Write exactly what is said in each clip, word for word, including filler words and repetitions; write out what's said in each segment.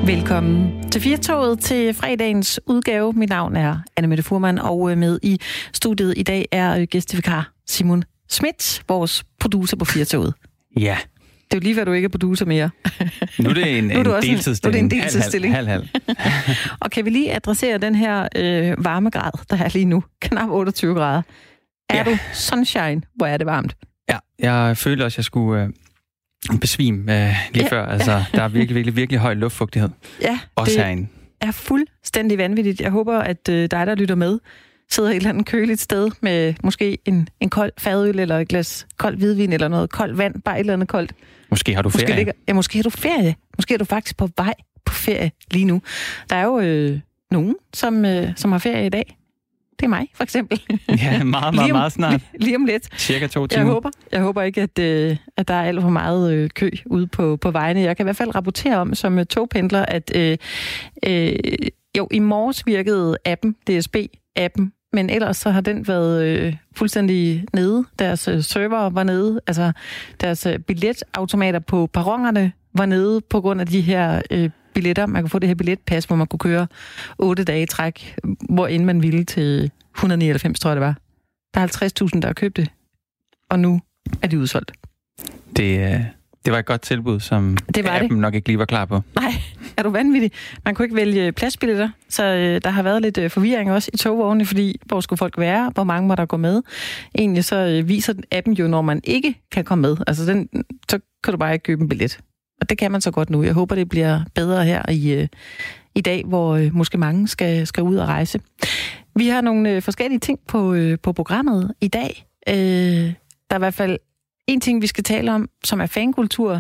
Velkommen til Firtoget til fredagens udgave. Mit navn er Anne-Mette Fuhrmann, og med i studiet i dag er gæstevikar Simon Schmidt, vores producer på Firtoget. Ja. Det er jo lige, hvad du ikke er producer mere. Nu er det en, en deltidsstilling. Nu er det en deltidsstilling. Halv, halv, halv. Og kan vi lige adressere den her øh, varmegrad, der er lige nu? Knap otteogtyve grader. Er ja. du sunshine? Hvor er det varmt? Ja, jeg følte også, at jeg skulle øh, besvime øh, lige ja. før. Altså, ja. Der er virkelig, virkelig, virkelig høj luftfugtighed. Ja, også det herinde. Er fuldstændig vanvittigt. Jeg håber, at øh, dig, der lytter med, sidder et eller andet køligt sted med måske en, en kold fadøl eller et glas kold hvidvin eller noget koldt vand, bare et eller andet koldt. Måske har du ferie. Måske ligger, ja, måske har du ferie. Måske er du faktisk på vej på ferie lige nu. Der er jo øh, nogen, som, øh, som har ferie i dag. Det er mig, for eksempel. Ja, meget, meget, om, meget snart. Lige om lidt. Cirka to timer. Jeg håber, jeg håber ikke, at, øh, at der er alt for meget øh, kø ude på, på vejene. Jeg kan i hvert fald rapportere om som øh, togpendler, at øh, øh, jo, i morges virkede appen, D S B-appen, men ellers så har den været øh, fuldstændig nede. Deres øh, server var nede, altså deres øh, billetautomater på perronerne var nede på grund af de her øh, billetter. Man kunne få det her billetpas, hvor man kunne køre otte dage i træk, hvor end man ville til et hundrede og nioghalvfems, tror jeg det var. Der er halvtreds tusind, der har købt det, og nu er de udsolgt. Det, øh, det var et godt tilbud, som det var appen det. nok ikke lige var klar på. Nej, er du vanvittig? Man kunne ikke vælge pladsbilletter, så øh, der har været lidt øh, forvirring også i togvognene, fordi hvor skulle folk være, hvor mange må der gå med. Egentlig så øh, viser appen jo, når man ikke kan komme med. Altså den, så kan du bare ikke købe en billet. Og det kan man så godt nu. Jeg håber, det bliver bedre her i, øh, i dag, hvor øh, måske mange skal, skal ud og rejse. Vi har nogle øh, forskellige ting på, øh, på programmet i dag. Øh, der er i hvert fald en ting, vi skal tale om, som er fankultur,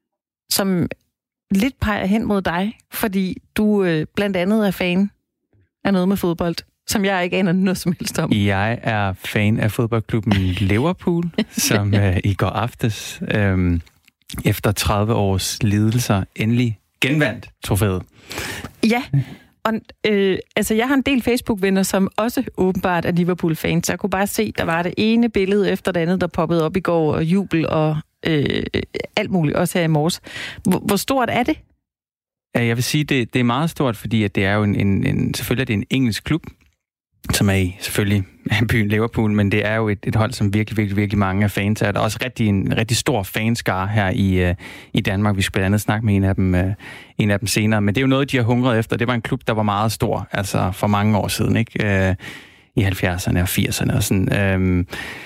som lidt peger hen mod dig, fordi du øh, blandt andet er fan af noget med fodbold, som jeg ikke aner noget som helst om. Jeg er fan af fodboldklubben Liverpool, som øh, i går aftes øh, efter tredive års lidelser endelig genvandt trofæet. Ja, og øh, altså jeg har en del Facebook-venner, som også åbenbart er Liverpool-fans. Jeg kunne bare se, der var det ene billede efter det andet, der poppede op i går, og jubel og øh, alt muligt, også her i morges. Hvor, hvor stort er det? Ja, jeg vil sige, det, det er meget stort, fordi at det er jo en, en, en selvfølgelig er det en engelsk klub, som er i selvfølgelig byen Liverpool, men det er jo et, et hold, som virkelig, virkelig, virkelig mange er fans af. Der er også rigtig, en rigtig stor fanskare her i, uh, i Danmark. Vi skal blandt andet snakke med en af, dem, uh, en af dem senere. Men det er jo noget, de har hungret efter. Det var en klub, der var meget stor, altså for mange år siden, ikke? Uh, i halvfjerdserne og firserne og sådan. Uh,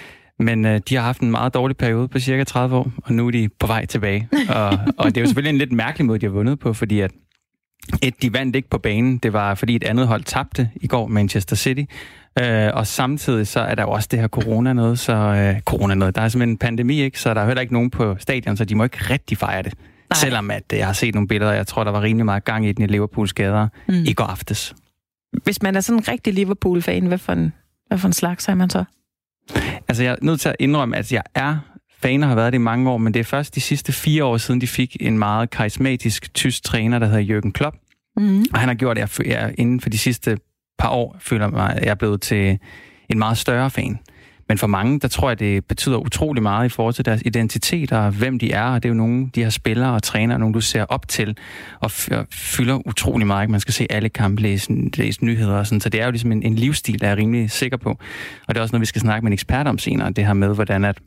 men uh, de har haft en meget dårlig periode på cirka tredive år, og nu er de på vej tilbage. og, og det er jo selvfølgelig en lidt mærkelig måde, de har vundet på, fordi at et, de vandt ikke på banen. Det var, fordi et andet hold tabte i går, Manchester City. Øh, og samtidig så er der jo også det her corona noget, så øh, corona noget. Der er simpelthen en pandemi, ikke? Så der er heller ikke nogen på stadion, så de må ikke rigtig fejre det. Nej. Selvom at jeg har set nogle billeder, jeg tror, der var rimelig meget gang i den i Liverpools gader mm. i går aftes. Hvis man er sådan en rigtig Liverpool-fan, hvad for en, hvad for en slags er man så? Altså, jeg er nødt til at indrømme, at jeg er fan og har været det i mange år, men det er først de sidste fire år siden, de fik en meget karismatisk tysk træner, der hedder Jürgen Klopp. Mm. Og han har gjort det, jeg inden for de sidste par år føler mig, at jeg er blevet til en meget større fan. Men for mange, der tror jeg, det betyder utrolig meget i forhold til deres identitet og hvem de er. Og det er jo nogle, de her spillere og trænere, nogle du ser op til og fylder utrolig meget. Man skal se alle kampe, læse, læse nyheder og sådan. Så det er jo ligesom en, en livsstil, der er jeg rimelig sikker på. Og det er også noget, vi skal snakke med en ekspert om senere. Det her med, hvordan at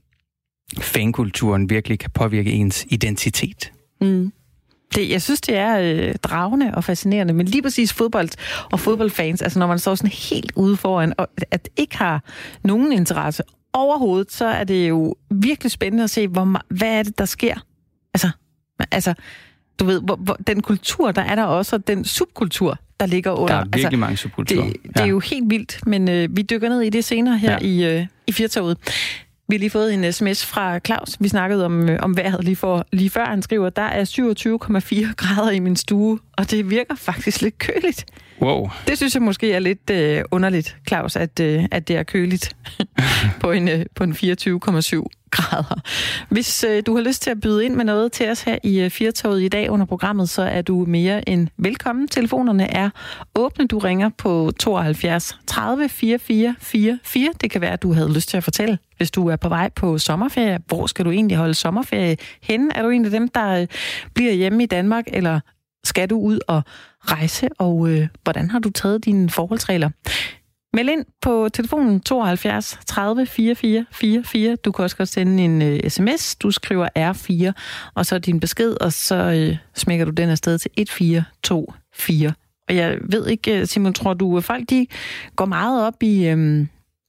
fankulturen virkelig kan påvirke ens identitet. Mm. Det, jeg synes, det er øh, dragende og fascinerende, men lige præcis fodbold og fodboldfans, altså når man står sådan helt ude foran, og at ikke har nogen interesse overhovedet, så er det jo virkelig spændende at se, hvor, hvad er det, der sker. Altså, altså du ved, hvor, hvor, den kultur, der er der også, og den subkultur, der ligger under. Der er virkelig altså, mange subkulturer. Det, det ja. er jo helt vildt, men øh, vi dykker ned i det senere her ja. i, øh, i Firtoget. Vi har lige fået en sms fra Claus. Vi snakkede om, om vejret lige, for, lige før. Han skriver, der er syvogtyve komma fire grader i min stue, og det virker faktisk lidt køligt. Wow. Det synes jeg måske er lidt øh, underligt, Claus, at, øh, at det er køligt på en, øh, på en fireogtyve komma syv grader. Hvis øh, du har lyst til at byde ind med noget til os her i øh, Firtoget i dag under programmet, så er du mere end velkommen. Telefonerne er åbne. Du ringer på tooghalvfjerds tredive fireogfyrre fireogfyrre. Det kan være, at du havde lyst til at fortælle, hvis du er på vej på sommerferie. Hvor skal du egentlig holde sommerferie henne? Er du en af dem, der øh, bliver hjemme i Danmark, eller skal du ud og rejse, og øh, hvordan har du taget dine forholdsregler? Meld ind på telefonen tooghalvfjerds tredive fireogfyrre fireogfyrre. Du kan også godt sende en uh, sms. Du skriver R fire, og så din besked, og så uh, smækker du den afsted til et fire to fire. Og jeg ved ikke, Simon, tror du, at folk de går meget op i øhm,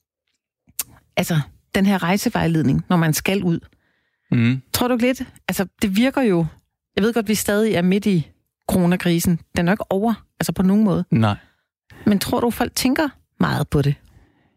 altså den her rejsevejledning, når man skal ud? Mm. Tror du ikke lidt? Altså, det virker jo... Jeg ved godt, vi stadig er midt i coronakrisen. Den er ikke over, altså på nogen måde. Nej. Men tror du, folk tænker meget på det?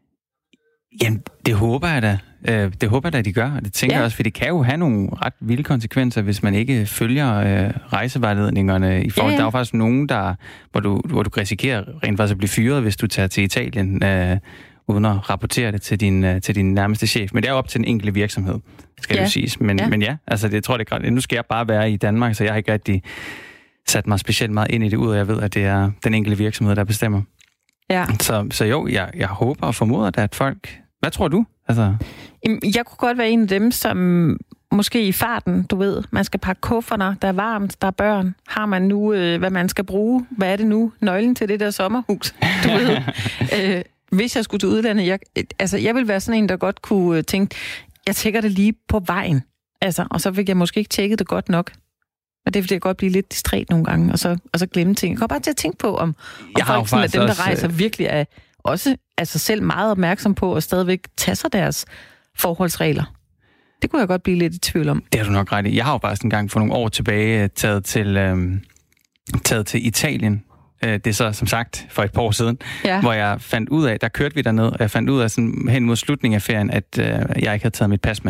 Jamen, det håber jeg da. Det håber jeg da, de gør. Og det tænker ja. jeg også, for det kan jo have nogle ret vilde konsekvenser, hvis man ikke følger øh, rejsevejledningerne. I forhold, ja, ja. Der er jo faktisk nogen, der, hvor, du, hvor du risikerer rent faktisk at blive fyret, hvis du tager til Italien, øh, uden at rapportere det til din, øh, til din nærmeste chef. Men det er jo op til den enkelte virksomhed, skal ja. det jo siges. Men ja, men ja altså, det jeg tror det er nu skal jeg bare være i Danmark, så jeg har ikke rigtig sat mig specielt meget ind i det ud, og jeg ved, at det er den enkelte virksomhed, der bestemmer. Ja. Så, så jo, jeg, jeg håber og formoder, at folk... Hvad tror du? Altså... Jeg kunne godt være en af dem, som måske i farten, du ved, man skal pakke kufferter, der er varmt, der er børn. Har man nu, øh, hvad man skal bruge? Hvad er det nu? Nøglen til det der sommerhus, du ved. øh, hvis jeg skulle til udlandet, jeg, altså, jeg vil være sådan en, der godt kunne tænke, jeg tjekker det lige på vejen. Altså, og så fik jeg måske ikke tjekket det godt nok. Og det er fordi, jeg godt blive lidt distræt nogle gange, og så, og så glemme ting. Jeg kommer bare til at tænke på, om, om folk, sådan, at dem, der rejser, virkelig er også altså selv meget opmærksom på, at stadigvæk tage sig deres forholdsregler. Det kunne jeg godt blive lidt i tvivl om. Det har du nok ret i. Jeg har jo faktisk en gang for nogle år tilbage taget til, øhm, taget til Italien. Det er så, som sagt, for et par år siden, ja. hvor jeg fandt ud af, der kørte vi derned, og jeg fandt ud af sådan, hen mod slutningen af ferien, at øh, jeg ikke havde taget mit pas med.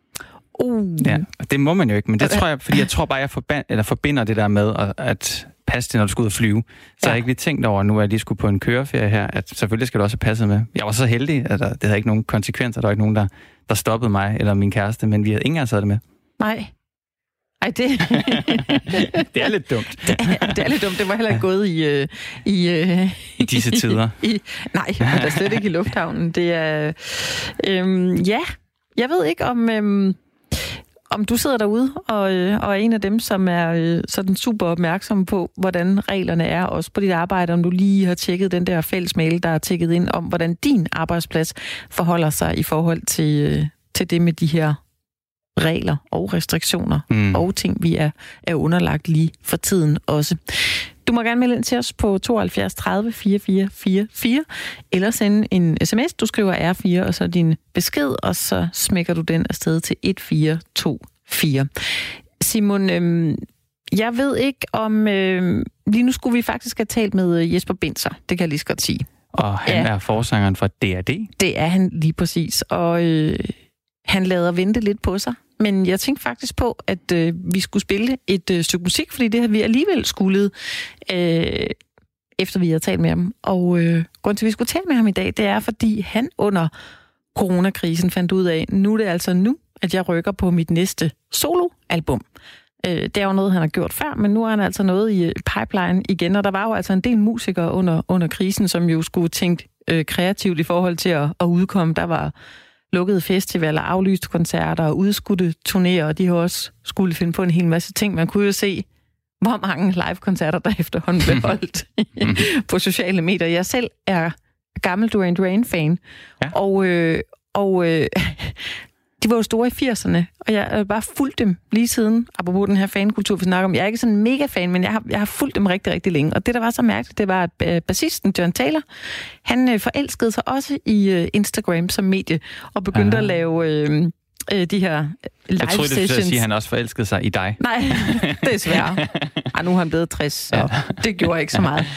Uh. Ja, det må man jo ikke, men det tror jeg, fordi jeg tror bare, jeg forbind, eller forbinder det der med, at, at passe det, når du skal ud og flyve. Så ja. jeg har ikke lige tænkt over, nu at jeg lige skulle på en køreferie her, at selvfølgelig skal du også have passet med. Jeg var så heldig, at der, det havde ikke nogen konsekvenser. Der var ikke nogen, der, der stoppede mig eller min kæreste, men vi havde ingen af os taget det med. Nej. Ej, det... det er lidt dumt. det, er, det er lidt dumt. Det var heller ikke gået i... I, I disse tider. I, nej, der er slet ikke i lufthavnen. Det er... Øhm, ja, jeg ved ikke, om... Øhm, om du sidder derude og, øh, og er en af dem, som er øh, sådan super opmærksom på, hvordan reglerne er, også på dit arbejde, om du lige har tjekket den der fælles mail, der er tjekket ind om, hvordan din arbejdsplads forholder sig i forhold til, øh, til det med de her regler og restriktioner mm. og ting, vi er, er underlagt lige for tiden også. Du må gerne melde ind til os på tooghalvfjerds tredive fireogfyrre fireogfyrre, eller sende en sms. Du skriver R fire, og så din besked, og så smækker du den afsted til et fire to fire. Simon, øhm, jeg ved ikke om... Øhm, lige nu skulle vi faktisk have talt med Jesper Binzer, det kan jeg lige så godt sige. Og han ja. er forsangeren for D R D? Det er han lige præcis, og øh, han lader vente lidt på sig. Men jeg tænkte faktisk på, at øh, vi skulle spille et øh, stykke musik, fordi det havde vi alligevel skullet, øh, efter vi havde talt med ham. Og øh, grunden til, at vi skulle tale med ham i dag, det er, fordi han under coronakrisen fandt ud af, nu er det altså nu, at jeg rykker på mit næste soloalbum. Øh, det er jo noget, han har gjort før, men nu er han altså noget i pipeline igen. Og der var jo altså en del musikere under, under krisen, som jo skulle tænke øh, kreativt i forhold til at, at udkomme. Der var lukkede festivaler, aflyste koncerter og udskudte turnéer, og de har også skulle finde på en hel masse ting. Man kunne jo se, hvor mange live-koncerter, der efterhånden blev holdt på sociale medier. Jeg selv er gammel Duran Duran-fan, ja. og, øh, og øh, de var jo store i firserne, og jeg har bare fulgt dem lige siden, apropos den her fankultur, vi snakker om. Jeg er ikke sådan en mega-fan, men jeg har, jeg har fulgt dem rigtig, rigtig længe. Og det, der var så mærkeligt, det var, at bassisten John Taylor, han øh, forelskede sig også i øh, Instagram som medie, og begyndte Aha. at lave øh, øh, de her live jeg troede, sessions. Jeg troede, at sige, at han også forelskede sig i dig. Nej, det er svært. Ej, nu er han blevet tres, så ja. det gjorde ikke så meget.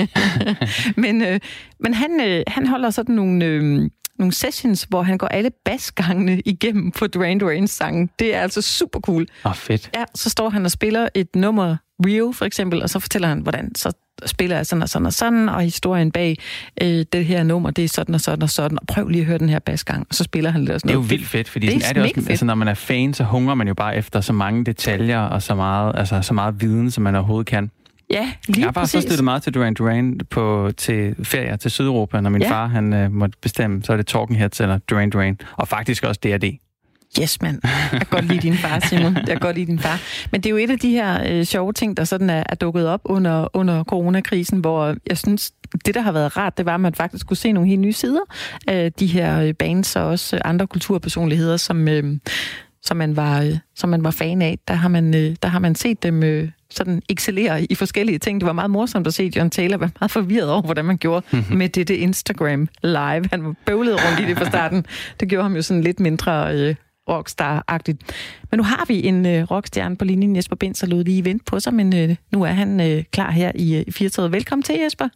men øh, men han, øh, han holder sådan nogle... Øh, nogle sessions, hvor han går alle basgangene igennem på Duran Durans sange. Det er altså super cool. Åh, oh, fedt. Ja, så står han og spiller et nummer, Rio for eksempel, og så fortæller han, hvordan så spiller jeg sådan og sådan og sådan, og historien bag øh, det her nummer, det er sådan og sådan og sådan, og prøv lige at høre den her basgang, og så spiller han lidt og sådan noget. Det er jo vildt fedt, fordi det er, sådan er det også, altså, når man er fan, så hungrer man jo bare efter så mange detaljer og så meget, altså, så meget viden, som man overhovedet kan. Ja, lige jeg har bare så støttet meget til Duran Duran på, til ferier til Sydeuropa, når min ja. far han øh, måtte bestemme, så er det Talking Heads eller Duran Duran, og faktisk også D R D. Yes, mand. Jeg kan godt lide din far, Simon. Jeg kan godt lide din far. Men det er jo et af de her øh, sjove ting, der sådan er, er dukket op under, under coronakrisen, hvor jeg synes, det, der har været rart, det var, at man faktisk kunne se nogle helt nye sider af de her bands og også andre kulturpersonligheder, som, øh, som, man, var, øh, som man var fan af. Der har man, øh, der har man set dem øh, sådan excellere i forskellige ting. Det var meget morsomt at se John Taylor være meget forvirret over, hvordan man gjorde mm-hmm. med dette Instagram live. Han var bøvlet rundt i det fra starten. Det gjorde ham jo sådan lidt mindre... Øh, rockstar-agtigt. Men nu har vi en øh, rockstjerne på linjen, Jesper Binds, og lod lige vente på sig, men øh, nu er han øh, klar her i, i Firtoget. Velkommen til, Jesper.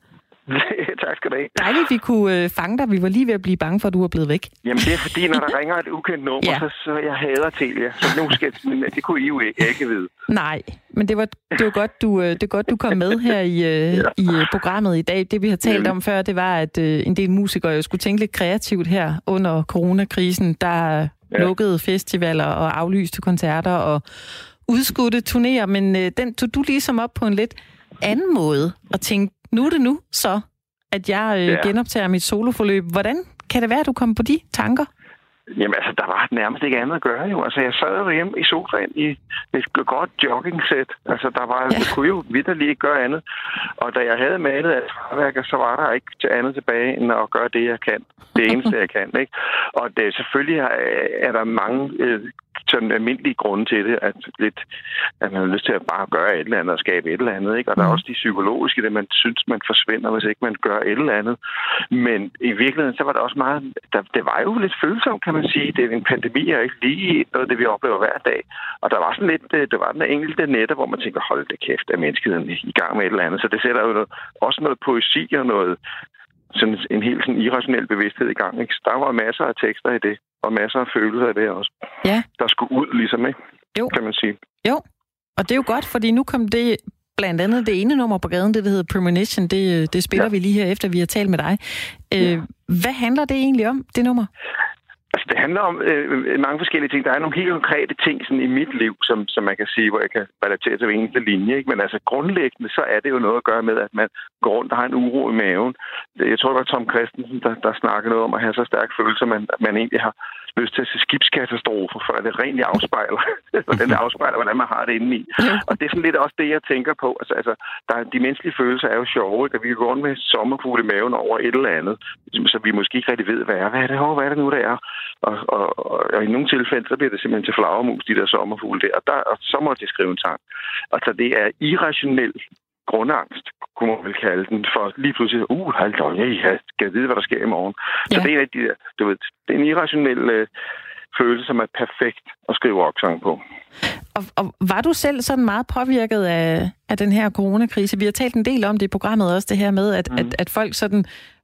Tak skal du have. Dejligt, vi kunne øh, fange dig. Vi var lige ved at blive bange for, at du er blevet væk. Jamen, det er fordi, når der ringer et ukendt nummer, ja. så, så jeg hader Telia. Så nu skal det kunne I jo ikke, ikke vide. Nej, men det var, det var godt, du, det var godt, du kom med her i, øh, ja. i programmet i dag. Det, vi har talt ja. om før, det var, at øh, en del musikere jo skulle tænke lidt kreativt her under coronakrisen. Der ja. lukkede festivaler og aflyste koncerter og udskudte turnéer, men øh, den tog du ligesom op på en lidt anden måde og tænkte, nu er det nu så, at jeg øh, ja. genoptager mit soloforløb. Hvordan kan det være, at du kom på de tanker? Jamen altså, der var nærmest ikke andet at gøre jo. Altså, jeg sad jo hjemme i sofaen i et godt jogging-sæt. Altså, der var, ja. jeg kunne jo vitterligt ikke gøre andet. Og da jeg havde malet af træværker, så var der ikke til andet tilbage, end at gøre det, jeg kan. Det eneste, jeg kan, ikke? Og det, selvfølgelig er, er der mange øh, sådan almindelige grunde til det, at, lidt, at man har lyst til at bare gøre et eller andet og skabe et eller andet, ikke? Og der er også de psykologiske, det man synes, man forsvinder, hvis ikke man gør et eller andet. Men i virkeligheden, så var det også meget... Der, det var jo lidt følsomt, kan man sige. Det er en pandemi, er ikke lige noget, det vi oplever hver dag. Og der var sådan lidt... Det var den enkelte netter, hvor man tænker, hold det kæft, er menneskeheden i gang med et eller andet. Så det sætter jo noget, også noget poesi og noget... sådan en helt sådan irrationel bevidsthed i gang, ikke? Så der var masser af tekster i det, og masser af følelser i det også. Ja. Der skulle ud, ligesom, ikke? Jo. Kan man sige. Jo, og det er jo godt, fordi nu kom det blandt andet det ene nummer på gaden, det der hedder Premonition, det, det spiller ja. vi lige her efter, vi har talt med dig. Øh, ja. Hvad handler det egentlig om, det nummer? Altså, det handler om øh, mange forskellige ting. Der er nogle helt konkrete ting sådan, i mit liv, som, som man kan sige, hvor jeg kan relatere til hver eneste linje. Ikke? Men altså, grundlæggende, så er det jo noget at gøre med, at man går rundt og har en uro i maven. Jeg tror, det var Tom Christensen, der, der snakkede noget om at have så stærke følelser, man, at man egentlig har lyst til at se skibskatastrofer, før det rent afspejler, hvordan det afspejler, hvordan man har det inde i. Ja. Og det er sådan lidt også det, jeg tænker på. Altså, altså der er, de menneskelige følelser er jo sjove, ikke? At vi kan gå rundt med sommerfugle i maven over et eller andet, så vi måske ikke rigtig ved, hvad er, hvad er det, hvad er det nu, der er? Og, og, og, og i nogle tilfælde, så bliver det simpelthen til flagermus, de der sommerfugle der. Og, der, og så må de skrive en sang. Altså, det er irrationel grundangst, kunne man vel kalde den, for lige pludselig, uh, hold da, jeg skal vide, hvad der sker i morgen. Ja. Så det er en af de der, du ved, det er en irrationel øh, følelse, som er perfekt at skrive rocksang på. Og, og var du selv sådan meget påvirket af, af den her coronakrise? Vi har talt en del om det i programmet også, det her med, at, mm. at, at folk sådan,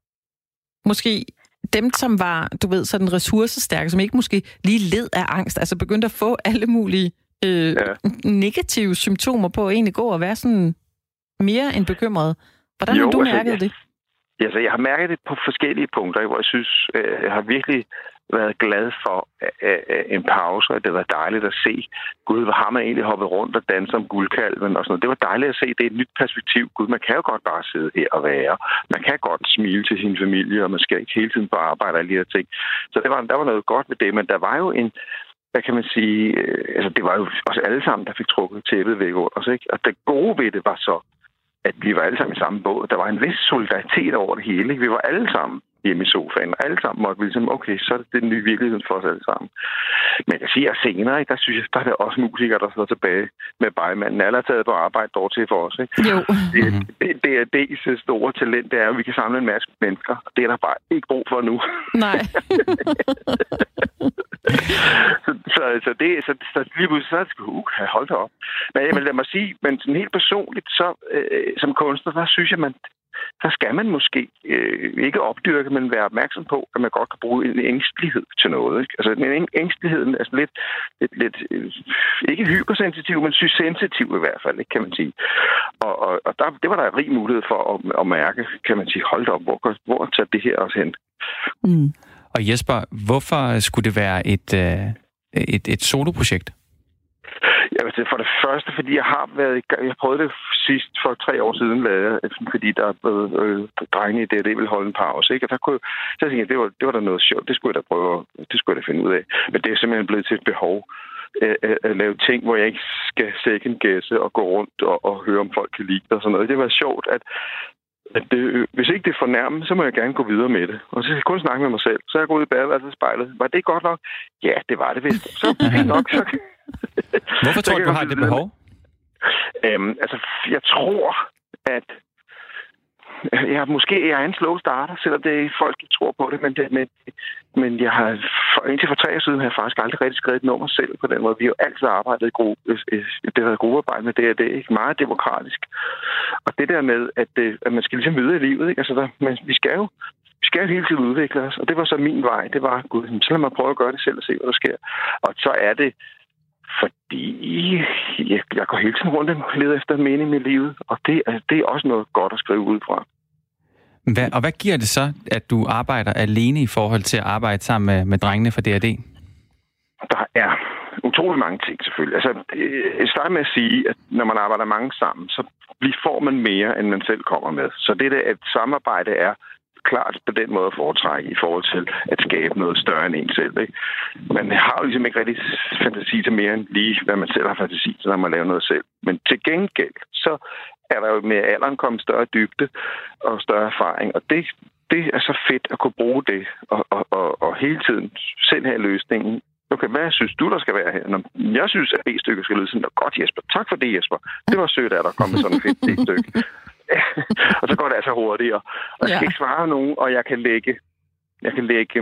måske dem, som var, du ved, sådan ressourcestærke, som ikke måske lige led af angst, altså begyndte at få alle mulige øh, ja. negative symptomer på at egentlig gå og være sådan mere end bekymret. Hvordan jo, har du altså, mærket jeg, det? Altså, jeg har mærket det på forskellige punkter, hvor jeg synes, øh, jeg har virkelig været glad for øh, øh, en pause, og det var dejligt at se, gud, hvor har man egentlig hoppet rundt og danset om guldkalven og sådan noget. Det var dejligt at se, det er et nyt perspektiv. Gud, man kan jo godt bare sidde her og være. Man kan godt smile til sin familie, og man skal ikke hele tiden på arbejde og alle de her ting. Så det var, der var noget godt ved det, men der var jo en, hvad kan man sige, øh, altså det var jo også alle sammen, der fik trukket tæppet væk under os, ikke? Og det gode ved det var så, at vi var alle sammen i samme båd. Der var en vis solidaritet over det hele. Ikke? Vi var alle sammen hjemme i sofaen, og alle sammen måtte vi ligesom, okay, så er det den nye virkelighed for os alle sammen. Men jeg siger senere, ikke? Der synes jeg, der er der også musikere, der sidder tilbage med bajemanden. Alle er taget på arbejde dog til for os. Ikke? Jo. Det er D's store talent, det er, at vi kan samle en masse mennesker. Det er der bare ikke brug for nu. Nej. så, så, så, det, så, så lige pludselig, så er det sgu, uh, hold da op. Men jeg vil lade mig sige, men sådan helt personligt, så øh, som kunstner, der synes jeg, man der skal man måske øh, ikke opdyrke, men være opmærksom på, at man godt kan bruge en ængstelighed til noget. Ikke? Altså en ængsteligheden er sådan lidt, lidt, lidt øh, ikke hypersensitiv, men sensitiv i hvert fald, ikke, kan man sige. Og, og, og der, det var der en rig mulighed for at, at mærke, kan man sige, hold op, hvor, hvor tager det her også hen? Mm. Og Jesper, hvorfor skulle det være et, øh, et, et soloprojekt? Ja, for det første, fordi jeg har været i gang. Jeg prøvede det sidst for tre år siden, lavede, fordi der er blevet øh, drenge i det, det vil holde en pause. Ikke? Og der kunne, så tænkte jeg, det var, det var da noget sjovt. Det skulle jeg da prøve, det skulle jeg da finde ud af. Men det er simpelthen blevet til et behov at, at, at lave ting, hvor jeg ikke skal second guesse og gå rundt og, og høre, om folk kan lide det og sådan noget. Det var sjovt, at At det, hvis ikke det er fornærmende, så må jeg gerne gå videre med det. Og så skal jeg kun snakke med mig selv. Så er jeg gået i badeværelset og spejlet. Var det godt nok? Ja, det var det vist. Så fint nok. Så... Hvorfor tror du, du har det behov? Øhm, altså, jeg tror, at jeg måske jeg er en slow starter, selvom det er folk, der tror på det. Men, det, men, men jeg har indtil for tre år siden har jeg faktisk aldrig rigtig skrevet et nummer selv på den måde. Vi har jo altid arbejdet i gruppe. Det har været gruppearbejde med det, og det er ikke meget demokratisk. Og det der med, at, at man skal ligesom videre i livet, ikke? Altså, der, man, vi skal jo vi skal jo hele tiden udvikle os, og det var så min vej. Det var, gud, så lad mig prøve at gøre det selv og se, hvad der sker. Og så er det, fordi jeg, jeg går hele tiden rundt og leder efter en mening i livet, og det, altså, det er også noget godt at skrive ud fra. Hvad, og hvad giver det så, at du arbejder alene i forhold til at arbejde sammen med, med drengene fra D R D? Der er utrolig mange ting, selvfølgelig. Altså, jeg starter med at sige, at når man arbejder mange sammen, så får man mere, end man selv kommer med. Så det der, at samarbejde er klart på den måde at foretrække i forhold til at skabe noget større end en selv. Ikke? Man har jo ligesom ikke rigtig fantasi til mere end lige, hvad man selv har fantasi til, når man laver noget selv. Men til gengæld, så er der jo med alderen kommet større dybde og større erfaring, og det, det er så fedt at kunne bruge det, og, og, og, og hele tiden selv have løsningen. Okay, hvad synes du, der skal være her? Nå, jeg synes, at B-stykket skal lyde sådan, godt Jesper, tak for det Jesper. Det var sødt, at der kom med sådan et fedt B-stykke. Og så går det altså hurtigere. Og jeg skal ja. ikke svare nogen, og jeg kan lægge, jeg kan lægge,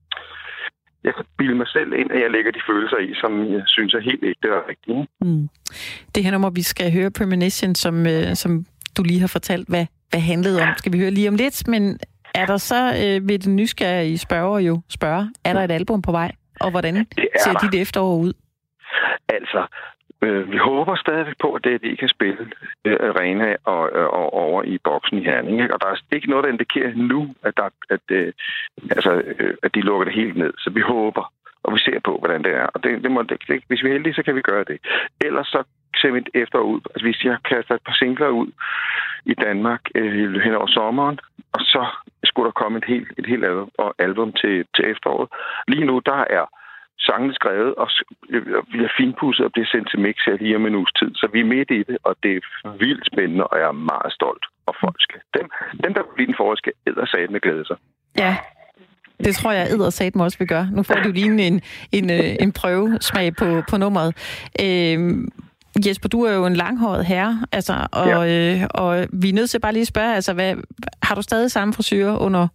jeg kan bilde mig selv ind, at jeg lægger de følelser i, som jeg synes er helt ægte og rigtigt. Mm. Det her nummer, vi skal høre Premonition, som, øh, som du lige har fortalt, hvad, hvad handlede om, skal vi høre lige om lidt, men er der så, øh, ved den nysgerrige spørger jo spørge, er der et album på vej, og hvordan ser dit efterår ud? Altså, øh, vi håber stadigvæk på, at det, de kan spille øh, arena og, og, og over i boksen i Herning. Ikke? Og der er ikke noget, der indikerer nu, at, der, at, øh, altså, øh, at de lukker det helt ned. Så vi håber, og vi ser på, hvordan det er. Og det, det må, det, det, hvis vi er heldige, så kan vi gøre det. Ellers så ser vi et efterår ud. Altså, hvis jeg kaster et par singler ud i Danmark øh, hen over sommeren, og så skulle der komme et helt, et helt album til, til efteråret. Lige nu, der er sangene skrevet, og bliver finpudset og bliver sendt til mix her lige om en uges tid. Så vi er midt i det, og det er vildt spændende, og jeg er meget stolt. Og folk skal. Dem, dem der bliver den forhold, skal eddersat med glæde sig. Ja, det tror jeg, eddersat også vil gøre. Nu får du lige en, en, en prøvesmag på, på nummeret. Øhm, Jesper, du er jo en langhåret herre, altså, og, ja. øh, og vi er nødt til bare lige at spørge, altså, hvad, har du stadig samme frisyrer under?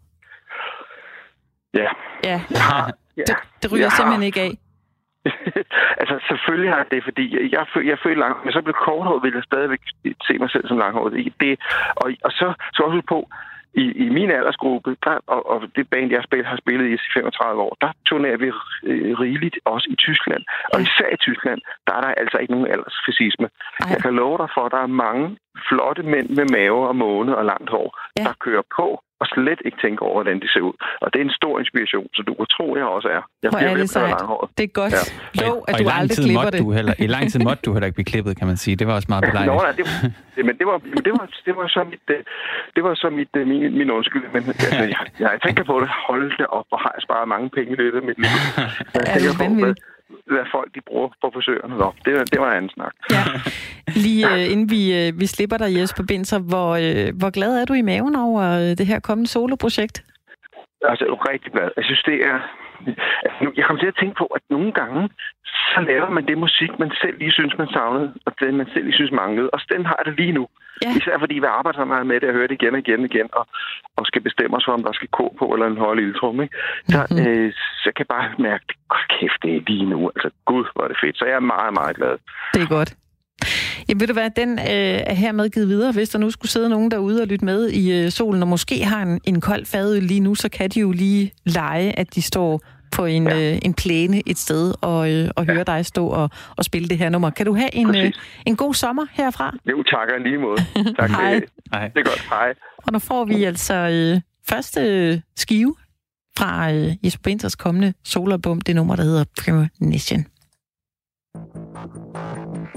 Ja. Ja, jeg har, ja. Det, det ryger jeg simpelthen ikke af. Altså, selvfølgelig har jeg det, fordi jeg, jeg, føl, jeg føler langt, men så blev korthåret, vil jeg stadigvæk se mig selv som langhåret. Det, og, og så så også på, i, i min aldersgruppe, der, og, og det band, jeg spil, har spillet i femogtredive år, der turnerer vi rigeligt også i Tyskland. Og især i Tyskland, der er der altså ikke nogen aldersfascisme. Ej. Jeg kan love dig for, at der er mange flotte mænd med mave og måne og langt hår, ja. der kører på og slet ikke tænker over, hvordan de ser ud. Og det er en stor inspiration, så du kan tro, jeg også er. Jeg Hvor er det sejt. Det er godt. Ja. Lov, at og du aldrig klipper det. Du heller, I lang tid måtte du heller ikke blive klippet, kan man sige. Det var også meget belejligt. Nå, nej, det, det, men det var, det var, det var så mit, det var så mit, min, min undskyld. Men altså, jeg, jeg tænker på det. Hold det op, og har jeg sparet mange penge i løbet af mit liv. Jeg tænker på, hvad, hvad folk de bruger på frisørerne. Nå, det, det var en anden snak. Ja. Lige uh, inden vi, uh, vi slipper dig, Jesper Binzer, hvor, uh, hvor glad er du i maven over uh, det her kommende soloprojekt? Altså, jeg er rigtig glad. Jeg synes, det er... Altså, jeg kommer til at tænke på, at nogle gange, så laver man det musik, man selv lige synes, man savnede, og det, man selv lige synes manglede. Og den har jeg det lige nu. Ja. Især fordi vi arbejder så meget med det, og hører det igen og igen og igen, og, og skal bestemme os for, om der skal ko på, eller en høj lille trum, ikke? Så, mm-hmm. øh, så kan jeg bare mærke, kæft, det er lige nu. Altså, gud, hvor er det fedt. Så jeg er meget, meget glad. Det er godt. Jamen, ved du hvad, den øh, er hermed givet videre. Hvis der nu skulle sidde nogen derude og lytte med i øh, solen, og måske har en, en kold fadøl lige nu, så kan de jo lige lege, at de står på en, ja. øh, en plæne et sted og, øh, og ja. høre dig stå og, og spille det her nummer. Kan du have en, øh, en god sommer herfra? Jo, takker lige måde. Tak. Hej. Det. Hej. Det er godt. Hej. Og nu får vi altså øh, første øh, skive fra øh, Jesper Binzers kommende soloalbum, det nummer, der hedder Premonition.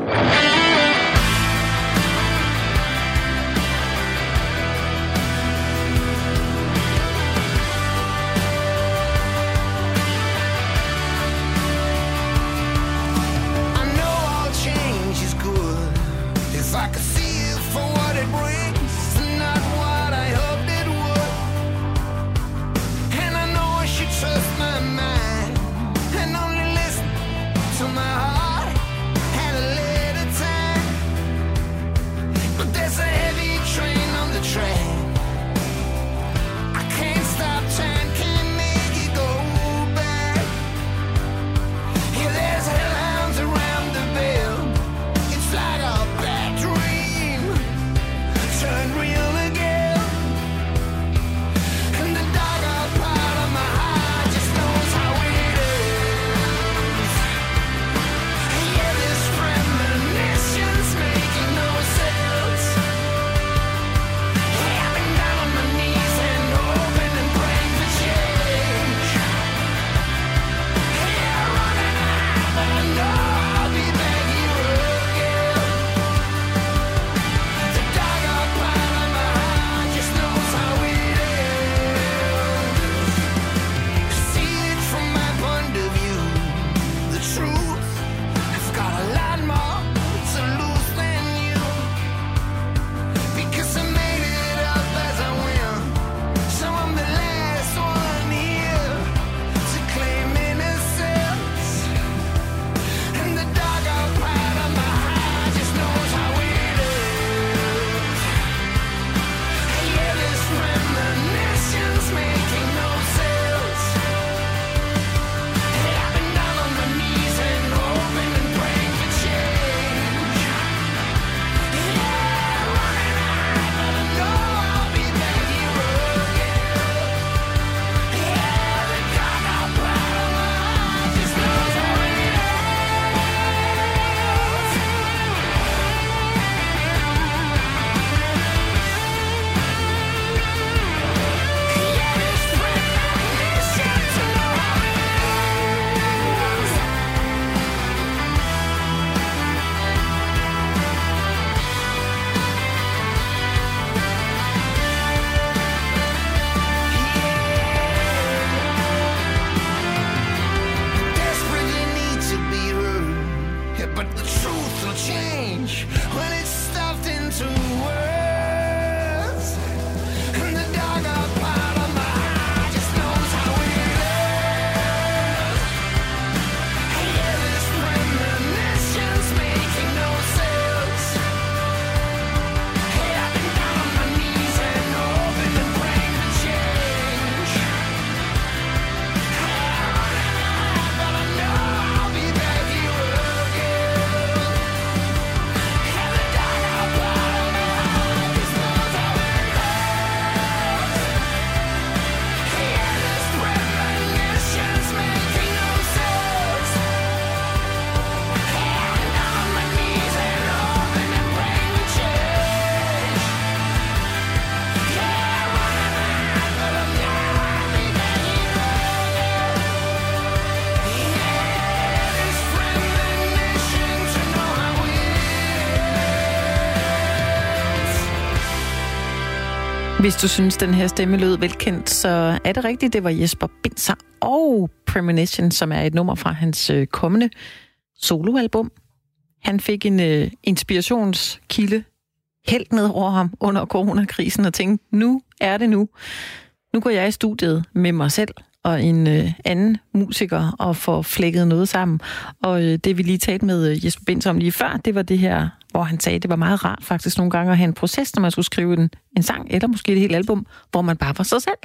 Hvis du synes, den her stemme lød velkendt, så er det rigtigt. Det var Jesper Binzer og Premonition, som er et nummer fra hans øh, kommende soloalbum. Han fik en øh, inspirationskilde hældt ned over ham under coronakrisen og tænkte, nu er det nu. Nu går jeg i studiet med mig selv og en øh, anden musiker og får flækket noget sammen. Og øh, det vi lige talte med øh, Jesper Binzer om lige før, det var det her, hvor han sagde, det var meget rart faktisk nogle gange at have en proces, når man skulle skrive en, en sang, eller måske et helt album, hvor man bare var sig selv.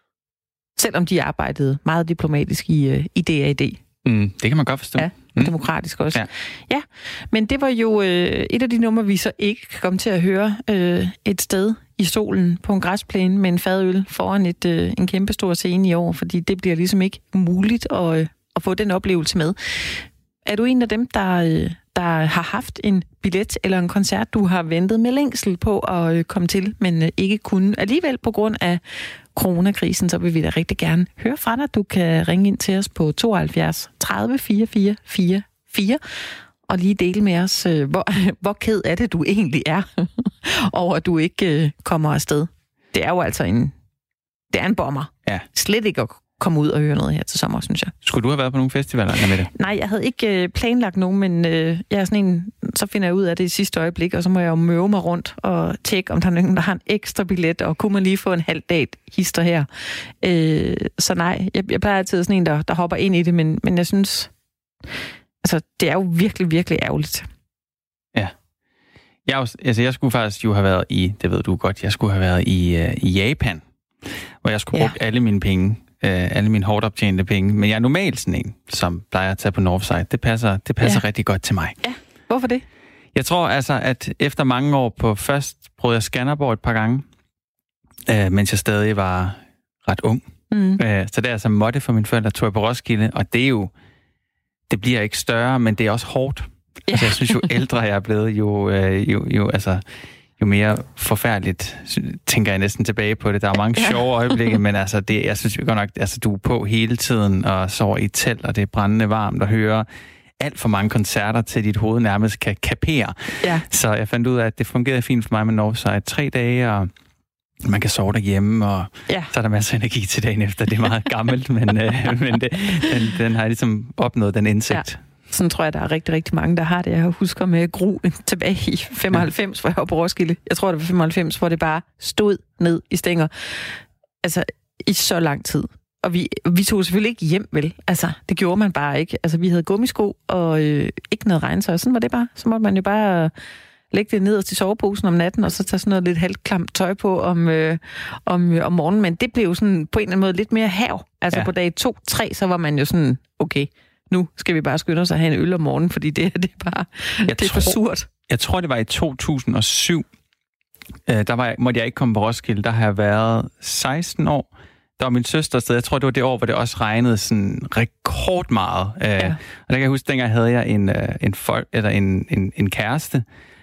Selvom de arbejdede meget diplomatisk i, øh, i D A D. Mm, det kan man godt forstå. Ja, mm. demokratisk også. Ja. ja, men det var jo øh, et af de numre, vi så ikke kan komme til at høre øh, et sted i solen på en græsplæne med en fadøl foran et, øh, en kæmpestor scene i år, fordi det bliver ligesom ikke muligt at, øh, at få den oplevelse med. Er du en af dem, der, øh, der har haft en billet eller en koncert, du har ventet med længsel på at øh, komme til, men øh, ikke kunne alligevel på grund af coronakrisen, så vil vi da rigtig gerne høre fra dig. Du kan ringe ind til os på tooghalvfjerds tredive fireogfyrre fireogfyrre, og lige dele med os, øh, hvor, hvor ked er det, du egentlig er, over at du ikke øh, kommer afsted. Det er jo altså en, det er en bomber. Ja. Slet ikke at komme ud og høre noget her til sommer, synes jeg. Skulle du have været på nogle festivaler med det? Nej, jeg havde ikke øh, planlagt nogen, men øh, jeg er sådan en, så finder jeg ud af det i sidste øjeblik, og så må jeg jo møve mig rundt og tjekke, om der er nogen, der har en ekstra billet, og kunne man lige få en halv dag hister her. Øh, så nej, jeg, jeg plejer altid sådan en, der, der hopper ind i det, men, men jeg synes, altså, det er jo virkelig, virkelig ærgerligt. Ja. Jeg, altså, jeg skulle faktisk jo have været i, det ved du godt, jeg skulle have været i, uh, i Japan, hvor jeg skulle ja. bruge alle mine penge, uh, alle mine hårdt optjente penge. Men jeg er normalt sådan en, som plejer at tage på Northside. Det passer, det passer ja. rigtig godt til mig. Ja, hvorfor det? Jeg tror altså, at efter mange år på først prøvede jeg Skanderborg et par gange, uh, mens jeg stadig var ret ung. Mm. Uh, så der altså måtte for mine forældre, tog jeg på Roskilde, og det er jo, det bliver ikke større, men det er også hårdt. Ja. Altså, jeg synes, jo ældre jeg er blevet, jo, øh, jo, jo, altså, jo mere forfærdeligt tænker jeg næsten tilbage på det. Der er mange ja. sjove øjeblikke, men altså, det, jeg synes jo godt nok, altså, du er på hele tiden og sover i et telt, og det er brændende varmt, og hører alt for mange koncerter, til dit hoved nærmest kan kapere. Ja. Så jeg fandt ud af, at det fungerede fint for mig med Northside. Tre dage, og man kan sove derhjemme, og ja. så er der masser af energi til dagen efter. Det er meget gammelt, men, øh, men det, den, den har ligesom opnået den indsigt. Ja. Sådan tror jeg, der er rigtig, rigtig mange, der har det. Jeg husker med Gru tilbage i femoghalvfems, hvor jeg var på Roskilde. Jeg tror, det var femoghalvfems, hvor det bare stod ned i stænger. Altså, i så lang tid. Og vi, vi tog selvfølgelig ikke hjem, vel? Altså, det gjorde man bare ikke. Altså, vi havde gummisko og øh, ikke noget regntøj. Sådan var det bare. Så måtte man jo bare øh, lægge det ned til soveposen om natten, og så tage sådan noget lidt halvklamt tøj på om, øh, om, øh, om morgenen. Men det blev jo sådan på en eller anden måde lidt mere hav. Altså, ja. på dag to, tre, så var man jo sådan, okay, nu skal vi bare skynde os at have en øl om morgenen, fordi det, det er bare jeg det er tror, for surt. Jeg tror, det var i to tusind og syv. Øh, der var jeg, måtte jeg ikke komme på Roskilde. Der har jeg været seksten år. Der var min søster sted. Jeg tror, det var det år, hvor det også regnede sådan rekord meget. Øh, ja. Og der kan jeg huske, dengang havde jeg en, en, folk, eller en, en, en kæreste,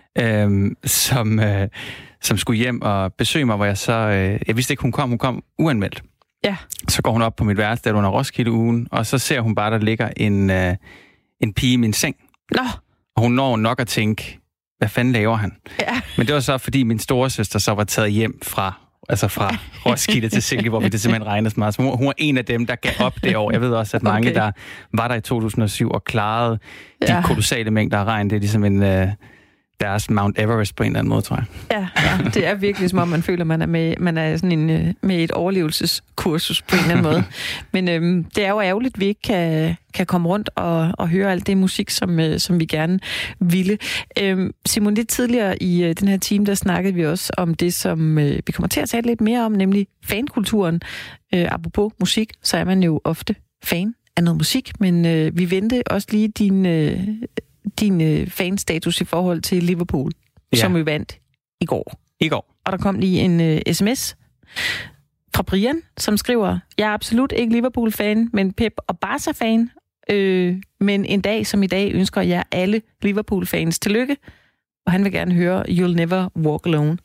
øh, som, øh, som skulle hjem og besøge mig, hvor jeg så... Øh, jeg vidste ikke, hun kom. Hun kom uanmeldt. Ja. Så går hun op på mit værelse, der under Roskilde-ugen, og så ser hun bare, der ligger en, øh, en pige i min seng. Nå. Og hun når nok at tænke, hvad fanden laver han? Ja. Men det var så, fordi min storesøster så var taget hjem fra, altså fra Roskilde til Silkeborg, hvor det simpelthen regnede så meget. Så hun, hun var en af dem, der gav op det år. Jeg ved også, at mange, okay. der var der i to tusind og syv og klarede ja. de kolossale mængder af regn, det er ligesom en... Øh, deres Mount Everest på en eller anden måde, tror jeg. Ja, ja, det er virkelig som om, man føler, man er med, man er sådan en, med et overlevelseskursus på en eller anden måde. Men øhm, det er jo ærgerligt, at vi ikke kan, kan komme rundt og, og høre alt det musik, som, øh, som vi gerne ville. Øhm, Simon, lidt tidligere i øh, den her time, der snakkede vi også om det, som øh, vi kommer til at tale lidt mere om, nemlig fankulturen. Øh, apropos musik, så er man jo ofte fan af noget musik, men øh, vi ventede også lige din... Øh, din øh, fanstatus i forhold til Liverpool, ja. som vi vandt i går. I går. Og der kom lige en øh, sms fra Brian, som skriver, jeg er absolut ikke Liverpool-fan, men Pep og Barca-fan. Øh, men en dag som i dag ønsker jeg alle Liverpool-fans tillykke, og han vil gerne høre You'll Never Walk Alone.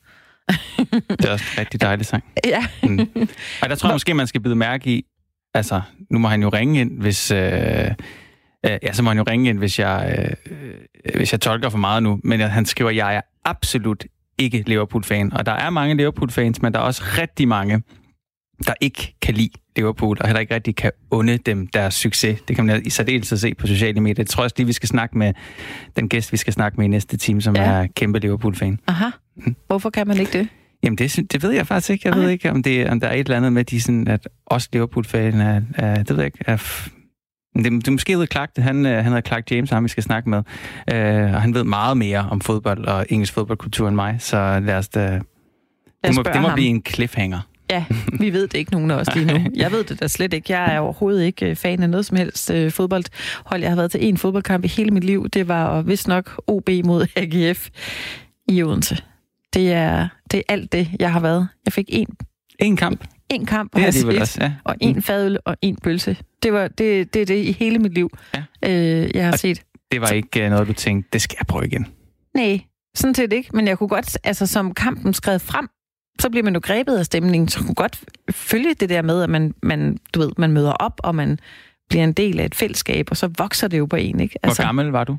Det er også en rigtig dejlig sang. Ja. Mm. Og der tror jeg måske, man skal bide mærke i, altså, nu må han jo ringe ind, hvis... Øh, Uh, ja, så må han jo ringe ind, hvis jeg, uh, hvis jeg tolker for meget nu. Men han skriver, at jeg er absolut ikke Liverpool-fan. Og der er mange Liverpool-fans, men der er også rigtig mange, der ikke kan lide Liverpool, og heller ikke rigtig kan unde dem deres succes. Det kan man i særdeleshed se på sociale medier. Jeg tror også lige, vi skal snakke med den gæst, vi skal snakke med i næste time, som ja. er kæmpe Liverpool-fan. Aha. Mm. Hvorfor kan man ikke det? Jamen, det, det ved jeg faktisk ikke. Jeg Ej. ved ikke, om, det, om der er et eller andet med, de sådan, at også Liverpool-fan er, er, det ved jeg ikke, er... Det, det er måske Clark, det han, han hedder Clark James, ham vi skal snakke med. Uh, og han ved meget mere om fodbold og engelsk fodboldkultur end mig, så lad os da... Det må, det må blive en cliffhanger. Ja, vi ved det ikke, nogen af os lige nu. Jeg ved det da slet ikke. Jeg er overhovedet ikke fan af noget som helst uh, fodboldhold. Jeg har været til en fodboldkamp i hele mit liv. Det var vist nok O B mod A G F i Odense. Det er, det er alt det, jeg har været. Jeg fik en... En kamp? En kamp, og, det er også, ja. og en fadøl og en pølse. Det var det, det, det i hele mit liv, ja. øh, jeg har og set. Det var ikke noget, du tænkte, det skal jeg prøve igen? Nej, sådan set ikke. Men jeg kunne godt, altså som kampen skred frem, så bliver man jo grebet af stemningen. Så jeg kunne godt følge det der med, at man, man, du ved, man møder op, og man bliver en del af et fællesskab, og så vokser det jo på en, ikke? Altså, hvor gammel var du?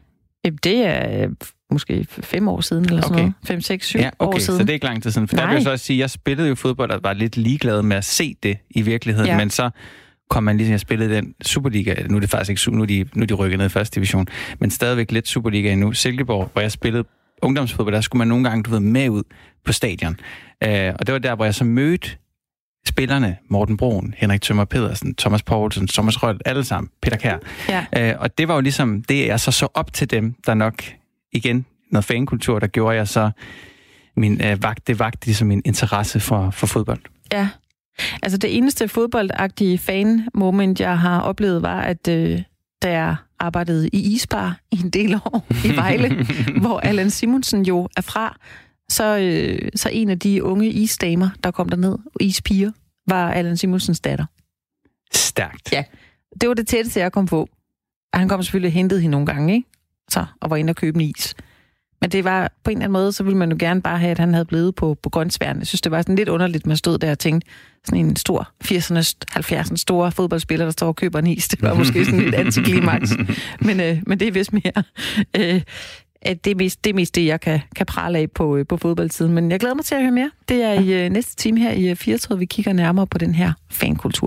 Det er måske fem år siden, eller sådan okay. noget. Fem, seks, syv ja, okay, år siden. Så det er ikke lang tid siden. For Nej. Der vil jeg så også sige, at jeg spillede jo fodbold, og var lidt ligeglad med at se det i virkeligheden. Ja. Men så kom man ligesom, jeg spillede den Superliga. Nu er det faktisk ikke, nu er de, nu er de rykket ned i første division. Men stadigvæk lidt Superliga endnu. Silkeborg, hvor jeg spillede ungdomsfodbold, der skulle man nogle gange, du ved, med ud på stadion. Uh, og det var der, hvor jeg så mødte spillerne, Morten Broen, Henrik Tømmer Pedersen, Thomas Poulsen, Thomas Rødt, alle sammen, Peter Kjær. Ja. Uh, og det var jo ligesom det, jeg så så op til dem, der nok, igen, noget fankultur, der gjorde jeg så min uh, vagt, det vagt ligesom min interesse for, for fodbold. Ja, altså det eneste fodboldagtige fan-moment, jeg har oplevet, var, at uh, da jeg arbejdede i Isbar i en del år i Vejle, hvor Allan Simonsen jo er fra, Så, øh, så en af de unge isdamer, der kom derned, ispiger, var Allan Simonsens datter. Stærkt. Ja, det var det tætteste, jeg kom på. Han kom selvfølgelig og hentede hende nogle gange, ikke? Så, og var inde og købe en is. Men det var på en eller anden måde, så ville man jo gerne bare have, at han havde blevet på, på Grønsværen. Jeg synes, det var sådan lidt underligt, man stod der og tænkte, sådan en stor firsernes, halvfjerdserne store fodboldspiller, der står og køber en is. Det var måske sådan lidt antiklimaks. Men, øh, men det er vist mere... Øh, at det er mest det, er mest det jeg kan, kan prale af på, på fodboldsiden. Men jeg glæder mig til at høre mere. Det er i uh, næste time her i Firtoget, vi kigger nærmere på den her fankultur.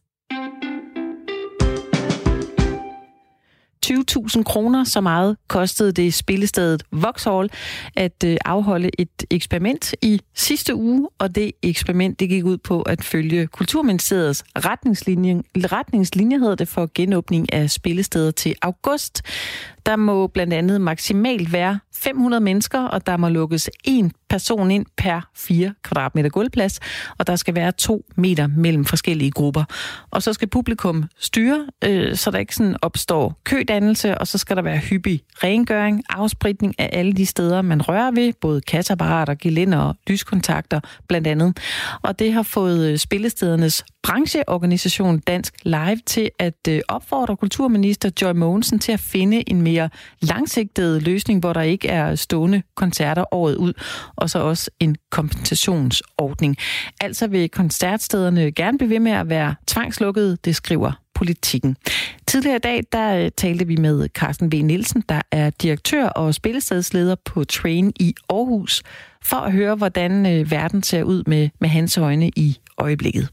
tyve tusind kroner, så meget kostede det spillestedet Vauxhall at øh, afholde et eksperiment i sidste uge, og det eksperiment det gik ud på at følge Kulturministeriets retningslinjer, retningslinjer hedder det, for genåbning af spillesteder til august. Der må blandt andet maksimalt være fem hundrede mennesker, og der må lukkes en person ind per fire kvadratmeter gulvplads, og der skal være to meter mellem forskellige grupper. Og så skal publikum styre, øh, så der ikke sådan opstår kødannelse, og så skal der være hyppig rengøring, afspritning af alle de steder, man rører ved, både kasseapparater, gelænder og lyskontakter blandt andet. Og det har fået spillestedernes brancheorganisation Dansk Live til at øh, opfordre kulturminister Joy Mogensen til at finde en mere langsigtet løsning, hvor der ikke er stående koncerter året ud, og så også en kompensationsordning. Altså vil koncertstederne gerne blive ved med at være tvangslukkede, det skriver Politikken. Tidligere i dag, der talte vi med Carsten V. Nielsen, der er direktør og spillestedsleder på Train i Aarhus, for at høre, hvordan verden ser ud med, med hans øjne i øjeblikket.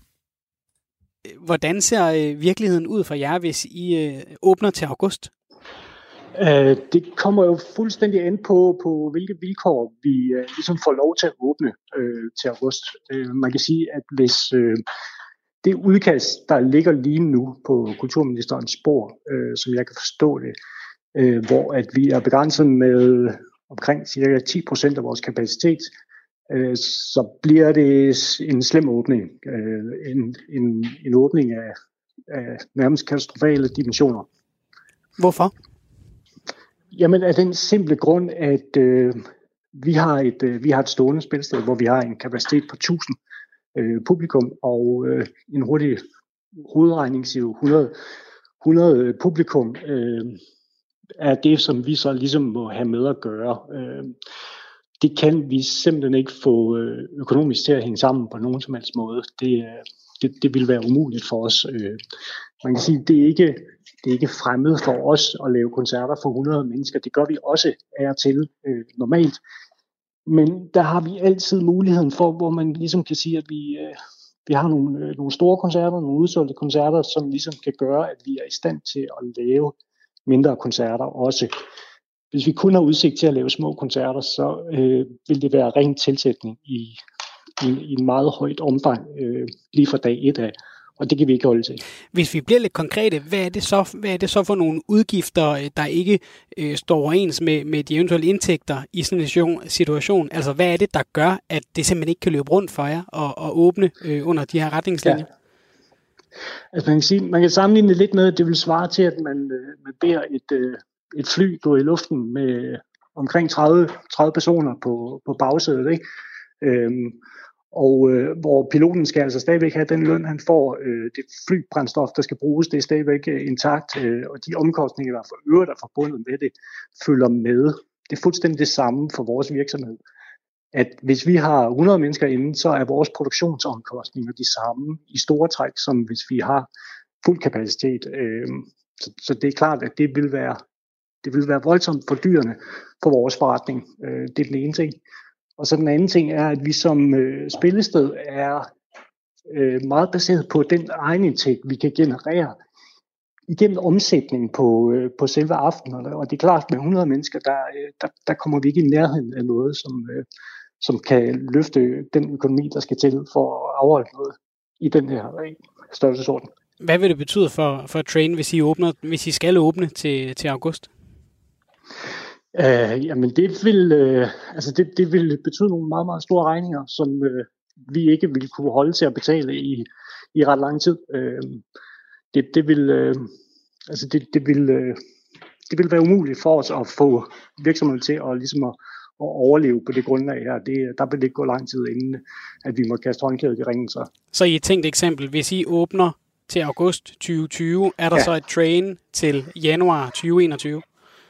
Hvordan ser virkeligheden ud for jer, hvis I åbner til august? Uh, det kommer jo fuldstændig an på, på hvilke vilkår vi uh, ligesom får lov til at åbne uh, til august. Uh, man kan sige, at hvis uh, det udkast, der ligger lige nu på kulturministerens spor, uh, som jeg kan forstå det, uh, hvor at vi er begrænset med omkring cirka ti procent af vores kapacitet, uh, så bliver det en slem åbning. Uh, en, en, en åbning af, af nærmest katastrofale dimensioner. Hvorfor? Jamen af den simple grund, at øh, vi, har et, øh, vi har et stående spilsted, hvor vi har en kapacitet på tusind øh, publikum, og øh, en hurtig hovedregning siger jo hundrede, hundrede publikum øh, er det, som vi så ligesom må have med at gøre. Øh, det kan vi simpelthen ikke få øh, økonomisk til at hænge sammen på nogen som helst måde. Det, øh, det, det vil være umuligt for os. Øh, man kan sige, det er ikke... Det er ikke fremmed for os at lave koncerter for hundrede mennesker. Det gør vi også af og til øh, normalt. Men der har vi altid muligheden for, hvor man ligesom kan sige, at vi, øh, vi har nogle, øh, nogle store koncerter, nogle udsolgte koncerter, som ligesom kan gøre, at vi er i stand til at lave mindre koncerter også. Hvis vi kun har udsigt til at lave små koncerter, så øh, vil det være ren tilsætning i, i, i en meget højt omfang øh, lige fra dag et af. Og det kan vi ikke holde til. Hvis vi bliver lidt konkrete, hvad er det så, hvad er det så for nogle udgifter, der ikke øh, står overens med, med de eventuelle indtægter i sådan en situation? Altså, hvad er det, der gør, at det simpelthen ikke kan løbe rundt for jer og, og åbne øh, under de her retningslinjer? Ja. Altså, man kan sige, man kan sammenligne det lidt med, at det vil svare til, at man, øh, man beder et, øh, et fly gå i luften med omkring tredive, tredive personer på, på bagsædet, ikke? Øhm, Og øh, hvor piloten skal altså stadigvæk have den løn, han får. Øh, det flybrændstof, der skal bruges, det er stadigvæk øh, intakt. Øh, og de omkostninger, der er for øvrigt, der er forbundet med det, følger med. Det er fuldstændig det samme for vores virksomhed. At hvis vi har hundrede mennesker inde, så er vores produktionsomkostninger de samme i store træk, som hvis vi har fuld kapacitet. Øh, så, så det er klart, at det vil være det vil være voldsomt fordyrende for vores forretning. Øh, det er den ene ting. Og så den anden ting er, at vi som øh, spillested er øh, meget baseret på den egenindtægt, vi kan generere igennem omsætning på, øh, på selve aftenerne. Og det er klart, med hundrede mennesker, der, øh, der, der kommer vi ikke i nærheden af noget, som, øh, som kan løfte den økonomi, der skal til for at afholde noget i den her øh, størrelsesorden. Hvad vil det betyde for, for Train, hvis I, åbner, hvis I skal åbne til, til august? Uh, jamen det vil, uh, altså det, det vil betyde nogle meget, meget store regninger, som uh, vi ikke vil kunne holde til at betale i, i ret lang tid. Uh, det, det, vil, uh, altså det, det, vil, uh, det vil være umuligt for os at få virksomheden til at, ligesom at, at overleve på det grundlag her. Det, der vil det ikke gå lang tid inden, at vi må kaste håndklædet i ringen. Så. så i et tænkt eksempel, hvis I åbner til august tyve tyve, er der ja. så et Train til januar tyve enogtyve?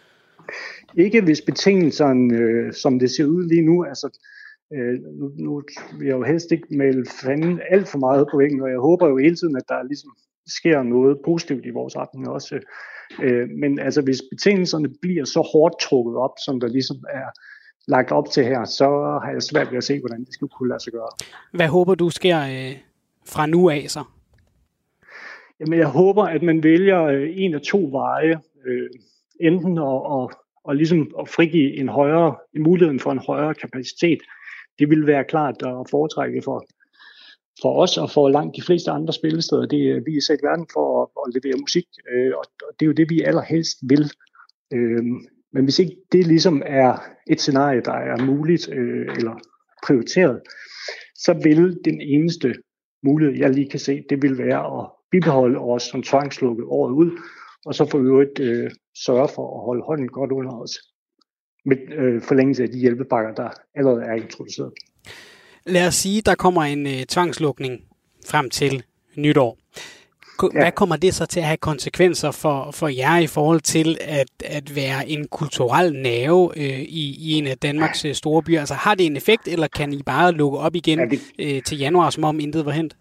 Ikke hvis betingelserne, øh, som det ser ud lige nu, altså øh, nu, nu vil jeg jo helst ikke male fanden alt for meget på væggen, og jeg håber jo hele tiden, at der ligesom sker noget positivt i vores retning også. Øh, men altså hvis betingelserne bliver så hårdt trukket op, som der ligesom er lagt op til her, så har jeg svært ved at se, hvordan det skal kunne lade sig gøre. Hvad håber du sker øh, fra nu af så? Jamen jeg håber, at man vælger øh, en af to veje, øh, enten at, at og ligesom at frigive en højere, en muligheden for en højere kapacitet. Det vil være klart at foretrække for, for os og for langt de fleste andre spillesteder. Det er, vi er sat i verden for at, at levere musik, øh, og det er jo det, vi allerhelst vil. Øh, men hvis ikke det ligesom er et scenarie, der er muligt øh, eller prioriteret, så vil den eneste mulighed, jeg lige kan se, det vil være at bibeholde os som tvangslukket året ud, og så for øvrigt øh, sørge for at holde hånden godt under os med øh, forlængelse af de hjælpepakker, der allerede er introduceret. Lad os sige, der kommer en øh, tvangslukning frem til nytår. Hvad ja. kommer det så til at have konsekvenser for, for jer i forhold til at, at være en kulturel nerve øh, i, i en af Danmarks øh, store byer? Altså har det en effekt, eller kan I bare lukke op igen ja, det... øh, til januar, som om intet var hent?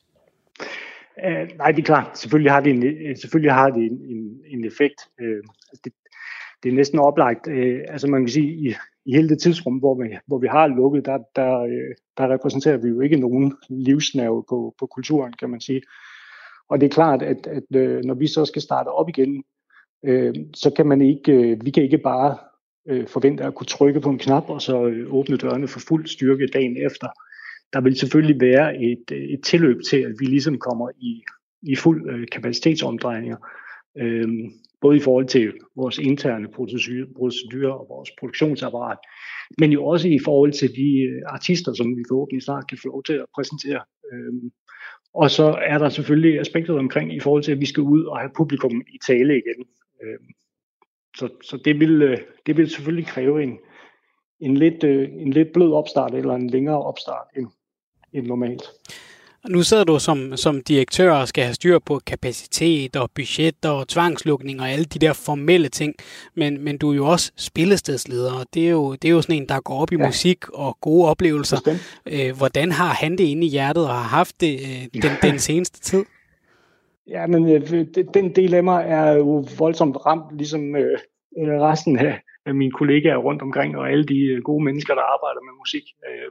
Uh, nej, det er klart. Selvfølgelig har det en, selvfølgelig har det en, en, en effekt. Uh, det, det er næsten oplagt. Uh, altså man kan sige, i, i hele det tidsrum, hvor vi, hvor vi har lukket, der, der, uh, der repræsenterer vi jo ikke nogen livsnerve på, på kulturen, kan man sige. Og det er klart, at, at uh, når vi så skal starte op igen, uh, så kan man ikke, uh, vi kan ikke bare uh, forvente at kunne trykke på en knap, og så uh, åbne dørene for fuld styrke dagen efter. Der vil selvfølgelig være et, et tilløb til, at vi ligesom kommer i, i fuld øh, kapacitetsomdrejninger, øh, både i forhold til vores interne procedurer og vores produktionsapparat, men jo også i forhold til de øh, artister, som vi forhåbentlig snart kan få lov til at præsentere. Øh, og så er der selvfølgelig aspektet omkring i forhold til, at vi skal ud og have publikum i tale igen. Øh, så så det, vil, øh, det vil selvfølgelig kræve en, en, lidt, øh, en lidt blød opstart eller en længere opstart end end normalt. Nu sidder du som, som direktør og skal have styr på kapacitet og budget og tvangslukning og alle de der formelle ting, men, men du er jo også spillestedsleder, og det er jo, det er jo sådan en, der går op i ja. musik og gode oplevelser. Øh, hvordan har han det inde i hjertet og har haft det øh, den, den seneste tid? Ja, men øh, den del af mig er jo voldsomt ramt, ligesom øh, resten af, af mine kollegaer rundt omkring og alle de gode mennesker, der arbejder med musik. Øh,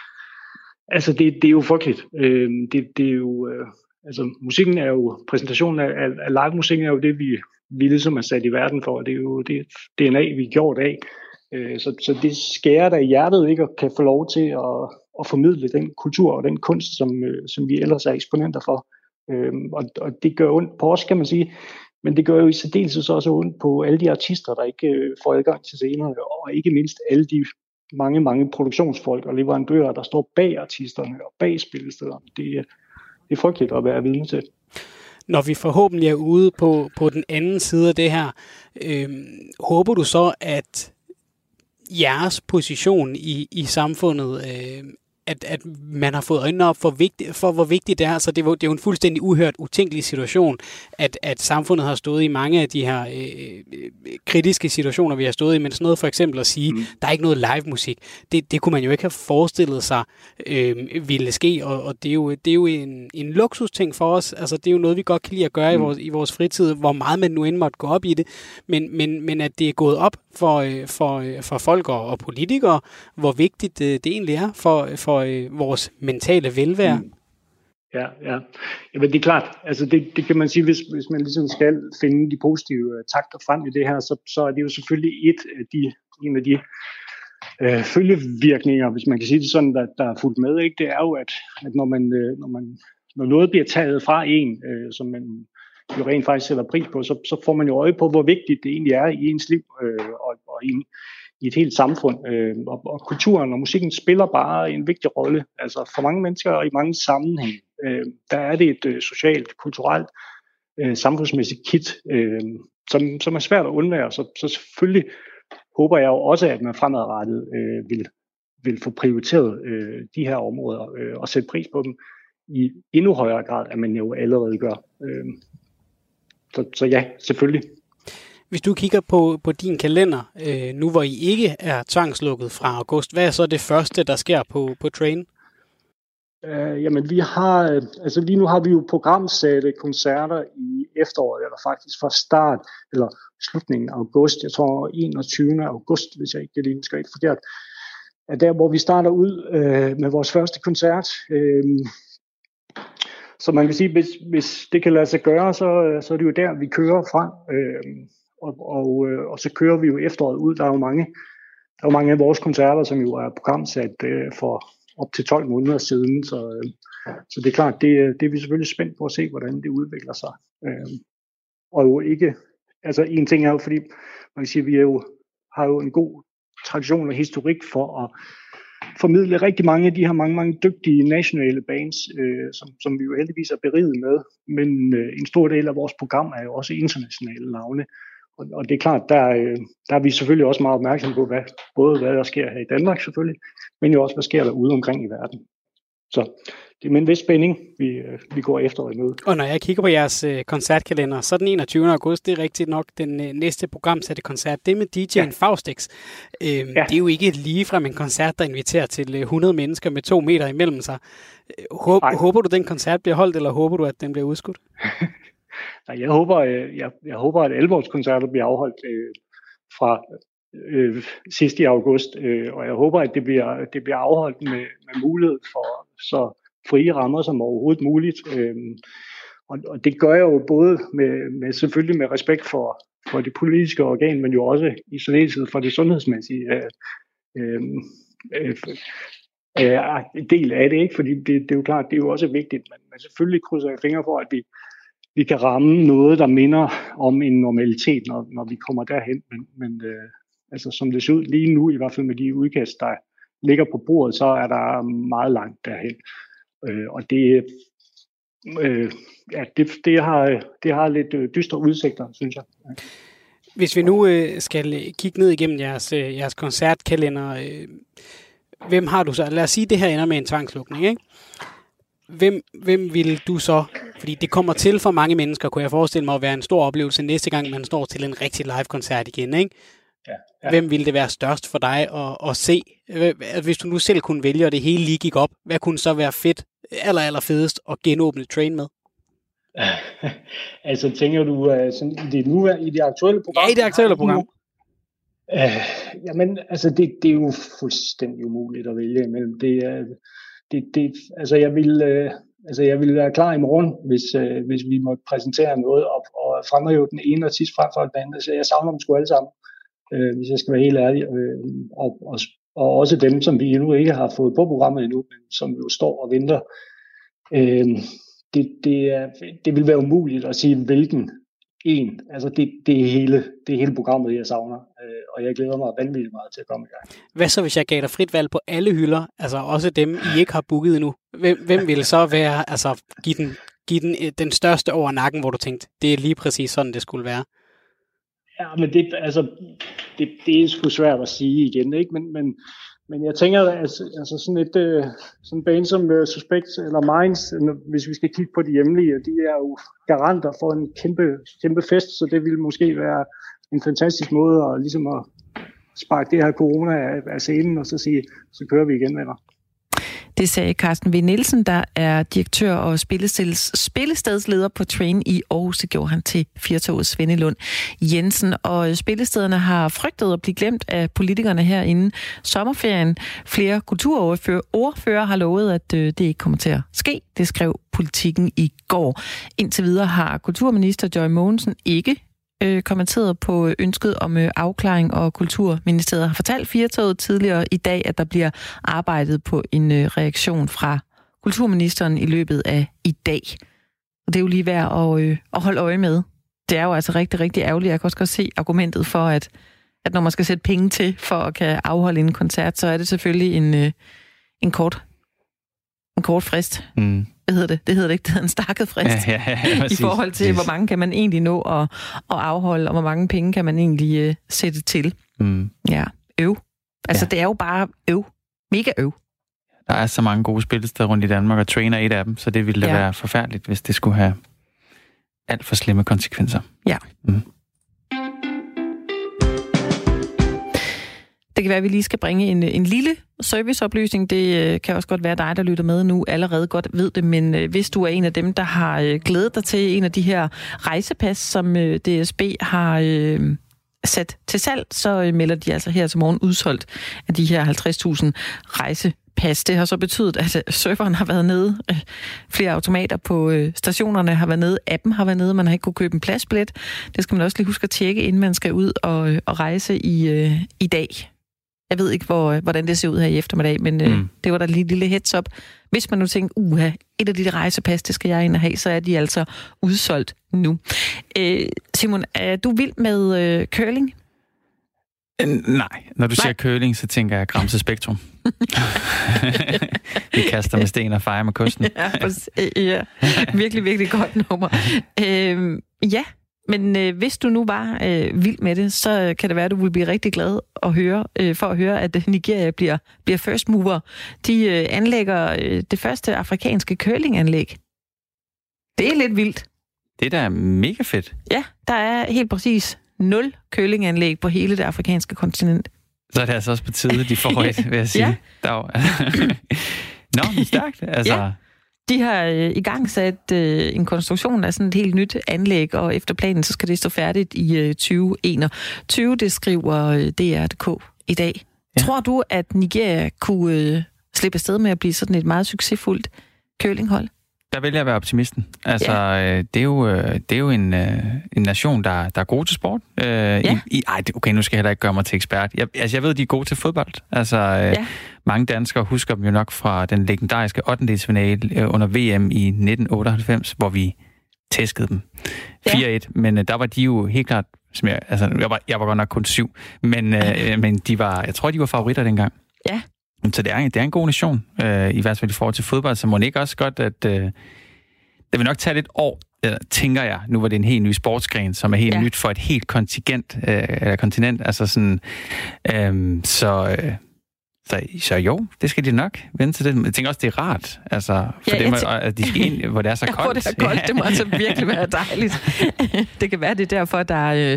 Altså, det, det er jo frygteligt. Øh, det, det er jo, øh, altså, musikken er jo, præsentationen af, af, af live-musikken er jo det, vi, vi ligesom er sat i verden for, og det er jo det D N A, vi er gjort af. Øh, så, så det skærer der i hjertet, ikke, og kan få lov til at, at formidle den kultur og den kunst, som, øh, som vi ellers er eksponenter for. Øh, og, og det gør ondt på os, kan man sige, men det gør jo i særdeleshed også ondt på alle de artister, der ikke øh, får adgang til scenerne, og ikke mindst alle de mange, mange produktionsfolk og leverandører, der står bag artisterne og bag spillestederne. Det, det er frygteligt at være vidne til. Når vi forhåbentlig er ude på, på den anden side af det her, øh, håber du så, at jeres position i, i samfundet øh, at, at man har fået øjnene op for, vigtigt, for hvor vigtigt det er. Så det, var, det er jo en fuldstændig uhørt, utænkelig situation, at, at samfundet har stået i mange af de her øh, kritiske situationer, vi har stået i, men sådan noget for eksempel at sige, mm. der er ikke noget live musik. Det, det kunne man jo ikke have forestillet sig øh, ville ske, og, og det er jo, det er jo en, en luksusting for os. Altså, det er jo noget, vi godt kan lide at gøre mm. i, vores, i vores fritid, hvor meget man nu end måtte gå op i det, men, men, men at det er gået op for, for, for folk og, og politikere, hvor vigtigt det, det egentlig er for, for øh, vores mentale velvære. Mm. Ja, ja. Jamen det er klart, altså det, det kan man sige, hvis, hvis man ligesom skal finde de positive takter frem i det her, så, så er det jo selvfølgelig et af de, en af de øh, følgevirkninger, hvis man kan sige det sådan, der, der er fulgt med, ikke? Det er jo, at, at når, man, øh, når, man, når noget bliver taget fra en, øh, som man jo rent faktisk sætter pris på, så, så får man jo øje på, hvor vigtigt det egentlig er i ens liv øh, og, og i en i et helt samfund, øh, og, og kulturen og musikken spiller bare en vigtig rolle. Altså for mange mennesker og i mange sammenhæng, øh, der er det et øh, socialt, kulturelt, øh, samfundsmæssigt kit, øh, som, som er svært at undvære. Så, så selvfølgelig håber jeg jo også, at man fremadrettet øh, vil, vil få prioriteret øh, de her områder øh, og sætte pris på dem i endnu højere grad, end man jo allerede gør. Øh, så, så ja, selvfølgelig. Hvis du kigger på, på din kalender, øh, nu hvor I ikke er tvangslukket fra august, hvad er så det første, der sker på, på Train? Uh, jamen vi har, altså lige nu har vi jo programsatte koncerter i efteråret, eller faktisk fra start, eller slutningen af august, jeg tror enogtyvende august, hvis jeg ikke lige husker helt forkert, er der, hvor vi starter ud uh, med vores første koncert. Uh, så man kan sige, hvis, hvis det kan lade sig gøre, så, så er det jo der, vi kører fra. Uh, Og, og, og så kører vi jo efteråret ud. Der er jo mange, der er jo mange af vores koncerter, som jo er programsat øh, for op til tolv måneder siden. Så, øh, så det er klart, det, det er vi selvfølgelig spændt på at se, hvordan det udvikler sig. Øh, og jo ikke, altså en ting er jo, fordi man kan sige, vi er jo, har jo en god tradition og historik for at formidle rigtig mange af de her mange, mange dygtige nationale bands, øh, som, som vi jo heldigvis er beriget med. Men øh, en stor del af vores program er jo også internationale navne. Og, og det er klart, der, der er vi selvfølgelig også meget opmærksomme på, hvad, både hvad der sker her i Danmark selvfølgelig, men jo også, hvad sker der ude omkring i verden. Så det er med en vis spænding, vi, vi går efter i møde. Og når jeg kigger på jeres øh, koncertkalender, så den enogtyvende august, det er rigtigt nok den øh, næste programsatte koncert. Det med D J'en ja. Faustix. Øh, ja. Det er jo ikke ligefrem en koncert, der inviterer til øh, hundrede mennesker med to meter imellem sig. Håb, håber du, den koncert bliver holdt, eller håber du, at den bliver udskudt? Nej, jeg håber, jeg, jeg håber, at alle vores koncerter bliver afholdt øh, fra øh, sidst i august, øh, og jeg håber, at det bliver, det bliver afholdt med, med mulighed for så frie rammer som overhovedet muligt. Øh, og, og det gør jeg jo både med, med selvfølgelig med respekt for, for det politiske organ, men jo også i særdeleshed for det sundhedsmæssige øh, øh, øh, øh, del af det, ikke? Fordi det, det er jo klart, det er jo også vigtigt, men, men selvfølgelig krydser jeg fingre for, at vi vi kan ramme noget, der minder om en normalitet, når, når vi kommer derhen. Men, men øh, altså, som det ser ud lige nu, i hvert fald med de udkast, der ligger på bordet, så er der meget langt derhen. Øh, og det, øh, ja, det, det, har, det har lidt øh, dystre udsigter, synes jeg. Ja. Hvis vi nu øh, skal kigge ned igennem jeres, øh, jeres koncertkalender, øh, hvem har du så? Lad os sige, at det her ender med en tvangslukning, ikke? Hvem, hvem vil du så, fordi det kommer til for mange mennesker, kunne jeg forestille mig at være en stor oplevelse næste gang, man står til en rigtig live-koncert igen, ikke? Ja, ja. Hvem ville det være størst for dig at, at se? Hvis du nu selv kunne vælge, og det hele lige gik op, hvad kunne så være fedt, aller, aller fedest at genåbne Train med? Altså tænker du uh, sådan, i, det nu, i det aktuelle program? Ja, i det aktuelle program. Uh, jamen, altså det, det er jo fuldstændig umuligt at vælge imellem. Det er... Uh, Det, det, altså, jeg vil, øh, altså jeg vil være klar i morgen, hvis, øh, hvis vi måtte præsentere noget op og fremhæve den ene artist frem for et andet. Så jeg savner dem sgu alle sammen, øh, hvis jeg skal være helt ærlig. Øh, og, og, og også dem, som vi endnu ikke har fået på programmet endnu, men som jo står og venter. Øh, det, det, er, det vil være umuligt at sige, hvilken en. Altså det, det, er hele, det er hele programmet, jeg savner. Øh, og jeg glæder mig vanvittigt meget til at komme i gang. Hvad så, hvis jeg gav dig frit valg på alle hylder, altså også dem, I ikke har booket endnu? Hvem, hvem ville så være, altså give den, give den den største over nakken, hvor du tænkte, det er lige præcis sådan, det skulle være? Ja, men det, altså, det, det er sgu svært at sige igen, ikke? Men, men, Men jeg tænker, altså, altså sådan et øh, sådan band som uh, Suspect eller Minds, hvis vi skal kigge på de hjemlige, de er jo garanter for en kæmpe, kæmpe fest, så det ville måske være en fantastisk måde at, ligesom at sparke det her corona af, af scenen, og så sige, så kører vi igen, venner. Det sagde Carsten V. Nielsen, der er direktør og spillestedsleder på Train i Aarhus. Det gjorde han til Firtoget Svende Lund Jensen. Og spillestederne har frygtet at blive glemt af politikerne her inden sommerferien. Flere kulturordfører har lovet, at det ikke kommer til at ske. Det skrev Politikken i går. Indtil videre har kulturminister Joy Mogensen ikke kommenteret på ønsket om afklaring, og Kulturministeriet har fortalt Firtoget tidligere i dag, at der bliver arbejdet på en reaktion fra kulturministeren i løbet af i dag. Og det er jo lige værd at, at holde øje med. Det er jo altså rigtig, rigtig ærgerligt. Jeg kan også godt se argumentet for, at, at når man skal sætte penge til for at kan afholde en koncert, så er det selvfølgelig en, en kort en kort frist. Mm. Hvad hedder det? Det hedder det ikke. Det hedder en stakket frist. Ja, ja, ja, i forhold til, yes. hvor mange kan man egentlig nå at, at afholde, og hvor mange penge kan man egentlig uh, sætte til. Mm. Ja, øv. Altså, ja. Det er jo bare øv. Mega øv. Der er så mange gode spillesteder rundt i Danmark, og Trainer et af dem, så det ville da ja. være forfærdeligt, hvis det skulle have alt for slemme konsekvenser. Ja. Mm. Det kan være, at vi lige skal bringe en, en lille serviceoplysning. Det øh, kan også godt være dig, der lytter med nu, allerede godt ved det, men øh, hvis du er en af dem, der har øh, glædet dig til en af de her rejsepas, som øh, D S B har øh, sat til salg, så øh, melder de altså her til morgen udsolgt af de her halvtreds tusind rejsepas. Det har så betydet, at serveren har været nede, øh, flere automater på øh, stationerne har været nede, appen har været nede, man har ikke kunne købe en pladsbillet. Det skal man også lige huske at tjekke, inden man skal ud og, øh, og rejse i, øh, i dag. Jeg ved ikke, hvor, hvordan det ser ud her i eftermiddag, men øh, mm. det var der lige et lille heads up. Hvis man nu tænker, uha, et af de rejsepas, det skal jeg ind og have, så er de altså udsolgt nu. Øh, Simon, er du vild med øh, curling? Øh, nej, når du nej. siger curling, så tænker jeg Gramse Spektrum. Vi kaster med sten og fejrer med kosten. Ja, ja, virkelig, virkelig godt nummer. Øh, ja. Men øh, hvis du nu var øh, vild med det, så kan det være, at du vil blive rigtig glad at høre, øh, for at høre, at Nigeria bliver, bliver first mover. De øh, anlægger øh, det første afrikanske curlinganlæg. Det er lidt vildt. Det er da mega fedt. Ja, der er helt præcis nul curlinganlæg på hele det afrikanske kontinent. Så er det altså også på tide, de får et, vil jeg sige. Ja. Nå, det er stærkt. Altså... Ja. De har øh, i gang sat øh, en konstruktion af sådan et helt nyt anlæg, og efter planen, så skal det stå færdigt i øh, tyve enogtyve. Det skriver øh, D R punktum d k i dag. Ja. Tror du, at Nigeria kunne øh, slippe afsted med at blive sådan et meget succesfuldt curlinghold? Der vil jeg være optimisten. Altså, ja. øh, det, er jo, øh, det er jo en, øh, en nation, der, der er god til sport. Øh, ja. i, i, ej, okay, nu skal jeg heller ikke gøre mig til ekspert. Jeg, altså, jeg ved, de er gode til fodbold. Altså, øh, ja. Mange danskere husker dem jo nok fra den legendariske ottendedelsfinale øh, under V M i nitten otteoghalvfems, hvor vi tæskede dem fire et. Ja. Men øh, der var de jo helt klart, som jeg, altså, jeg var, jeg var godt nok kun syv, men, øh, men de var, jeg tror, de var favoritter dengang. Ja. Så det er, det er en god nation, øh, i hvert fald i forhold til fodbold, så må det ikke også godt, at øh, det vil nok tage lidt år, øh, tænker jeg, nu var det en helt ny sportsgren, som er helt ja. nyt for et helt kontingent, øh, eller kontinent, altså sådan, øh, så, øh, så, så jo, det skal de nok vende til det. Jeg tænker også, det er rart, altså, for ja, dem, t- at de skal ind, hvor det er så koldt. Ja, hvor det er koldt, det må altså virkelig være dejligt. Det kan være, det er derfor, der øh,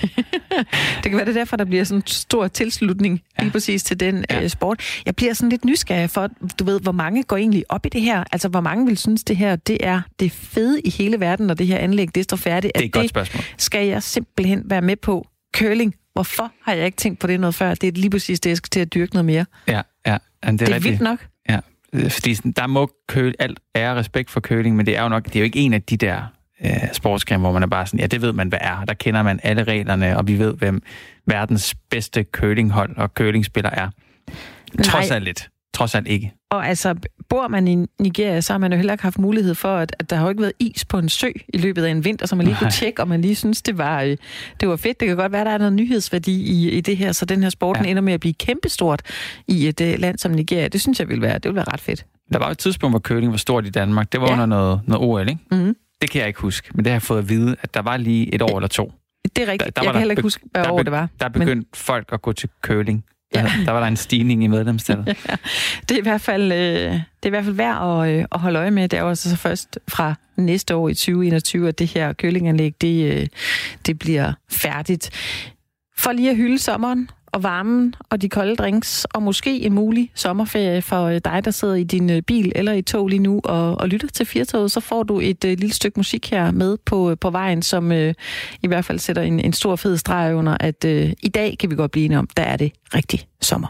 det kan være, det derfor, der bliver sådan en stor tilslutning lige ja. præcis til den ja. øh, sport. Jeg bliver sådan lidt nysgerrig for, du ved, hvor mange går egentlig op i det her? Altså, hvor mange vil synes, det her, det er det fede i hele verden, når det her anlæg, det står færdigt. Det er et godt spørgsmål. Skal jeg simpelthen være med på curling? Hvorfor har jeg ikke tænkt på det noget før? Det er lige præcis det, jeg skal til at dyrke noget mere. Ja, ja. Det er, det er vildt nok. Ja, fordi der må køle alt ære respekt for curling, men det er jo nok, det er jo ikke en af de der øh, sportsgrene, hvor man er bare sådan, ja, det ved man, hvad er. Der kender man alle reglerne, og vi ved, hvem verdens bedste curlinghold og curlingspiller er. Trods alt lidt. Trods alt ikke. Og altså, bor man i Nigeria, så har man jo heller ikke haft mulighed for, at, at der har jo ikke været is på en sø i løbet af en vinter, så man lige Nej. kunne tjekke, og man lige synes, det var, øh, det var fedt. Det kan godt være, der er noget nyhedsværdi i, i det her, så den her sporten ja. ender med at blive kæmpestort i et uh, land som Nigeria. Det synes jeg vil være, det vil være ret fedt. Der var et tidspunkt, hvor curling var stort i Danmark. Det var ja. under noget, noget O L, ikke? Mm-hmm. Det kan jeg ikke huske, men det har jeg fået at vide, at der var lige et år eller to. Det er rigtigt. Der, der jeg kan heller ikke huske, hvad år be- det var. Der begyndte men... folk at gå til curling Der, ja. der var der en stigning i medlemstallet. Ja, det er i hvert fald, øh, det er i hvert fald værd at, øh, at holde øje med. Det er jo altså så først fra næste år i tyve enogtyve, at det her curlinganlæg, det, øh, det bliver færdigt. For lige at hylde sommeren og varmen og de kolde drinks, og måske en mulig sommerferie for dig, der sidder i din bil eller i tog lige nu og, og lytter til Firtoget, så får du et uh, lille stykke musik her med på, på vejen, som uh, i hvert fald sætter en, en stor fed streg under, at uh, i dag kan vi godt blive enige om, der er det rigtig sommer.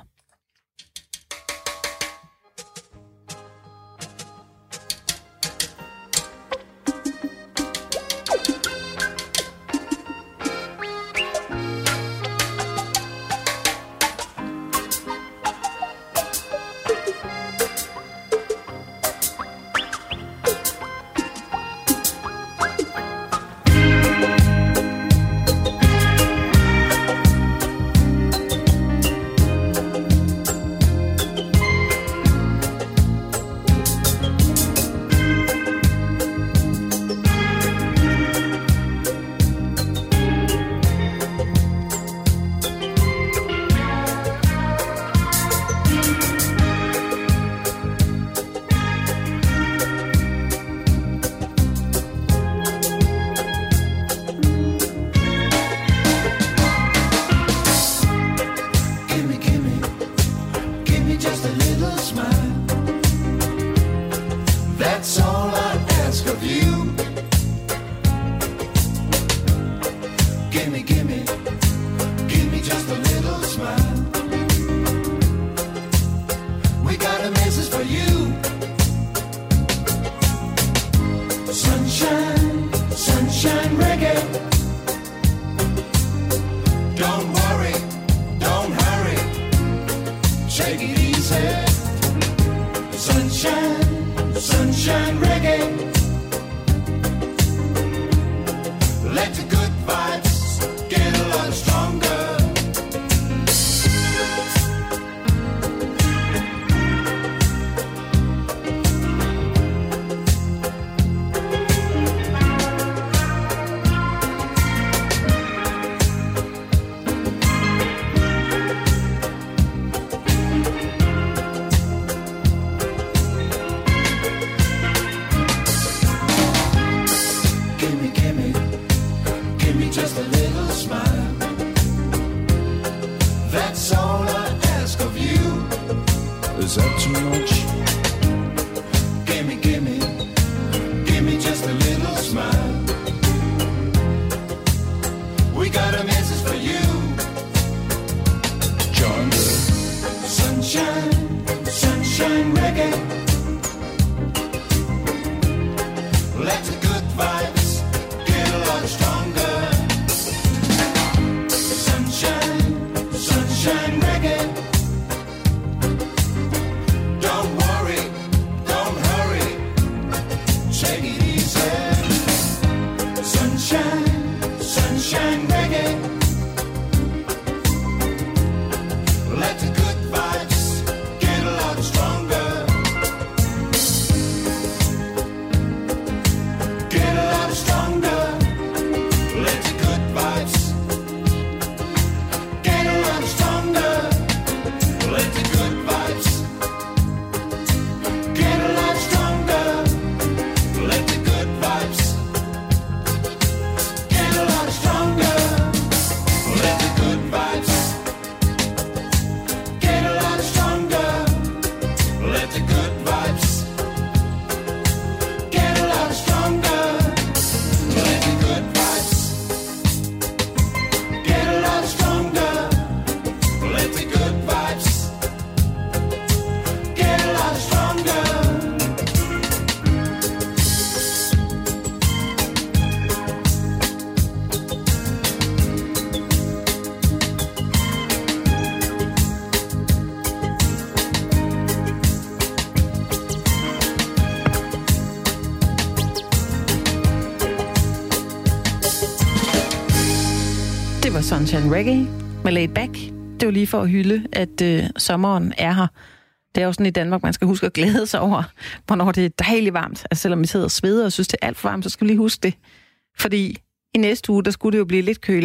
Sunshine Reggae med Laid Back. Det er jo lige for at hylde, at øh, sommeren er her. Det er jo sådan i Danmark, man skal huske at glæde sig over, hvornår det er dejligt varmt. Altså selvom vi sidder og sveder og synes, det er alt for varmt, så skal vi lige huske det. Fordi i næste uge, der skulle det jo blive lidt køligere.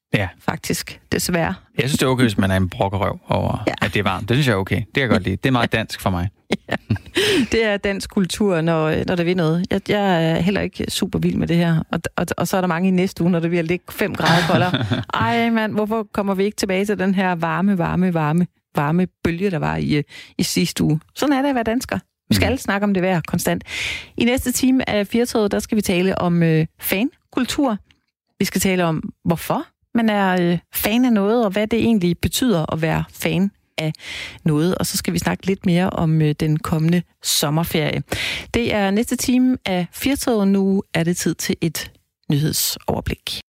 Ja. Faktisk, desværre. Jeg synes, det er okay, hvis man er en brokkerøv over, ja. at det er varmt. Det synes jeg er okay. Det kan jeg godt lide. Det er meget dansk for mig. Ja. Det er dansk kultur, når, når der vil noget. Jeg, jeg er heller ikke super vild med det her. Og, og, og så er der mange i næste uge, når det bliver ligge fem grader koldere. Ej mand, hvorfor kommer vi ikke tilbage til den her varme, varme, varme, varme bølge, der var i, i sidste uge? Sådan er det at være dansker. Vi skal alle snakke om det vejr konstant. I næste time af Firtoget, der skal vi tale om øh, fankultur. Vi skal tale om, hvorfor man er øh, fan af noget, og hvad det egentlig betyder at være fan af noget. Og så skal vi snakke lidt mere om øh, den kommende sommerferie. Det er næste time af Firtoget. Nu er det tid til et nyhedsoverblik.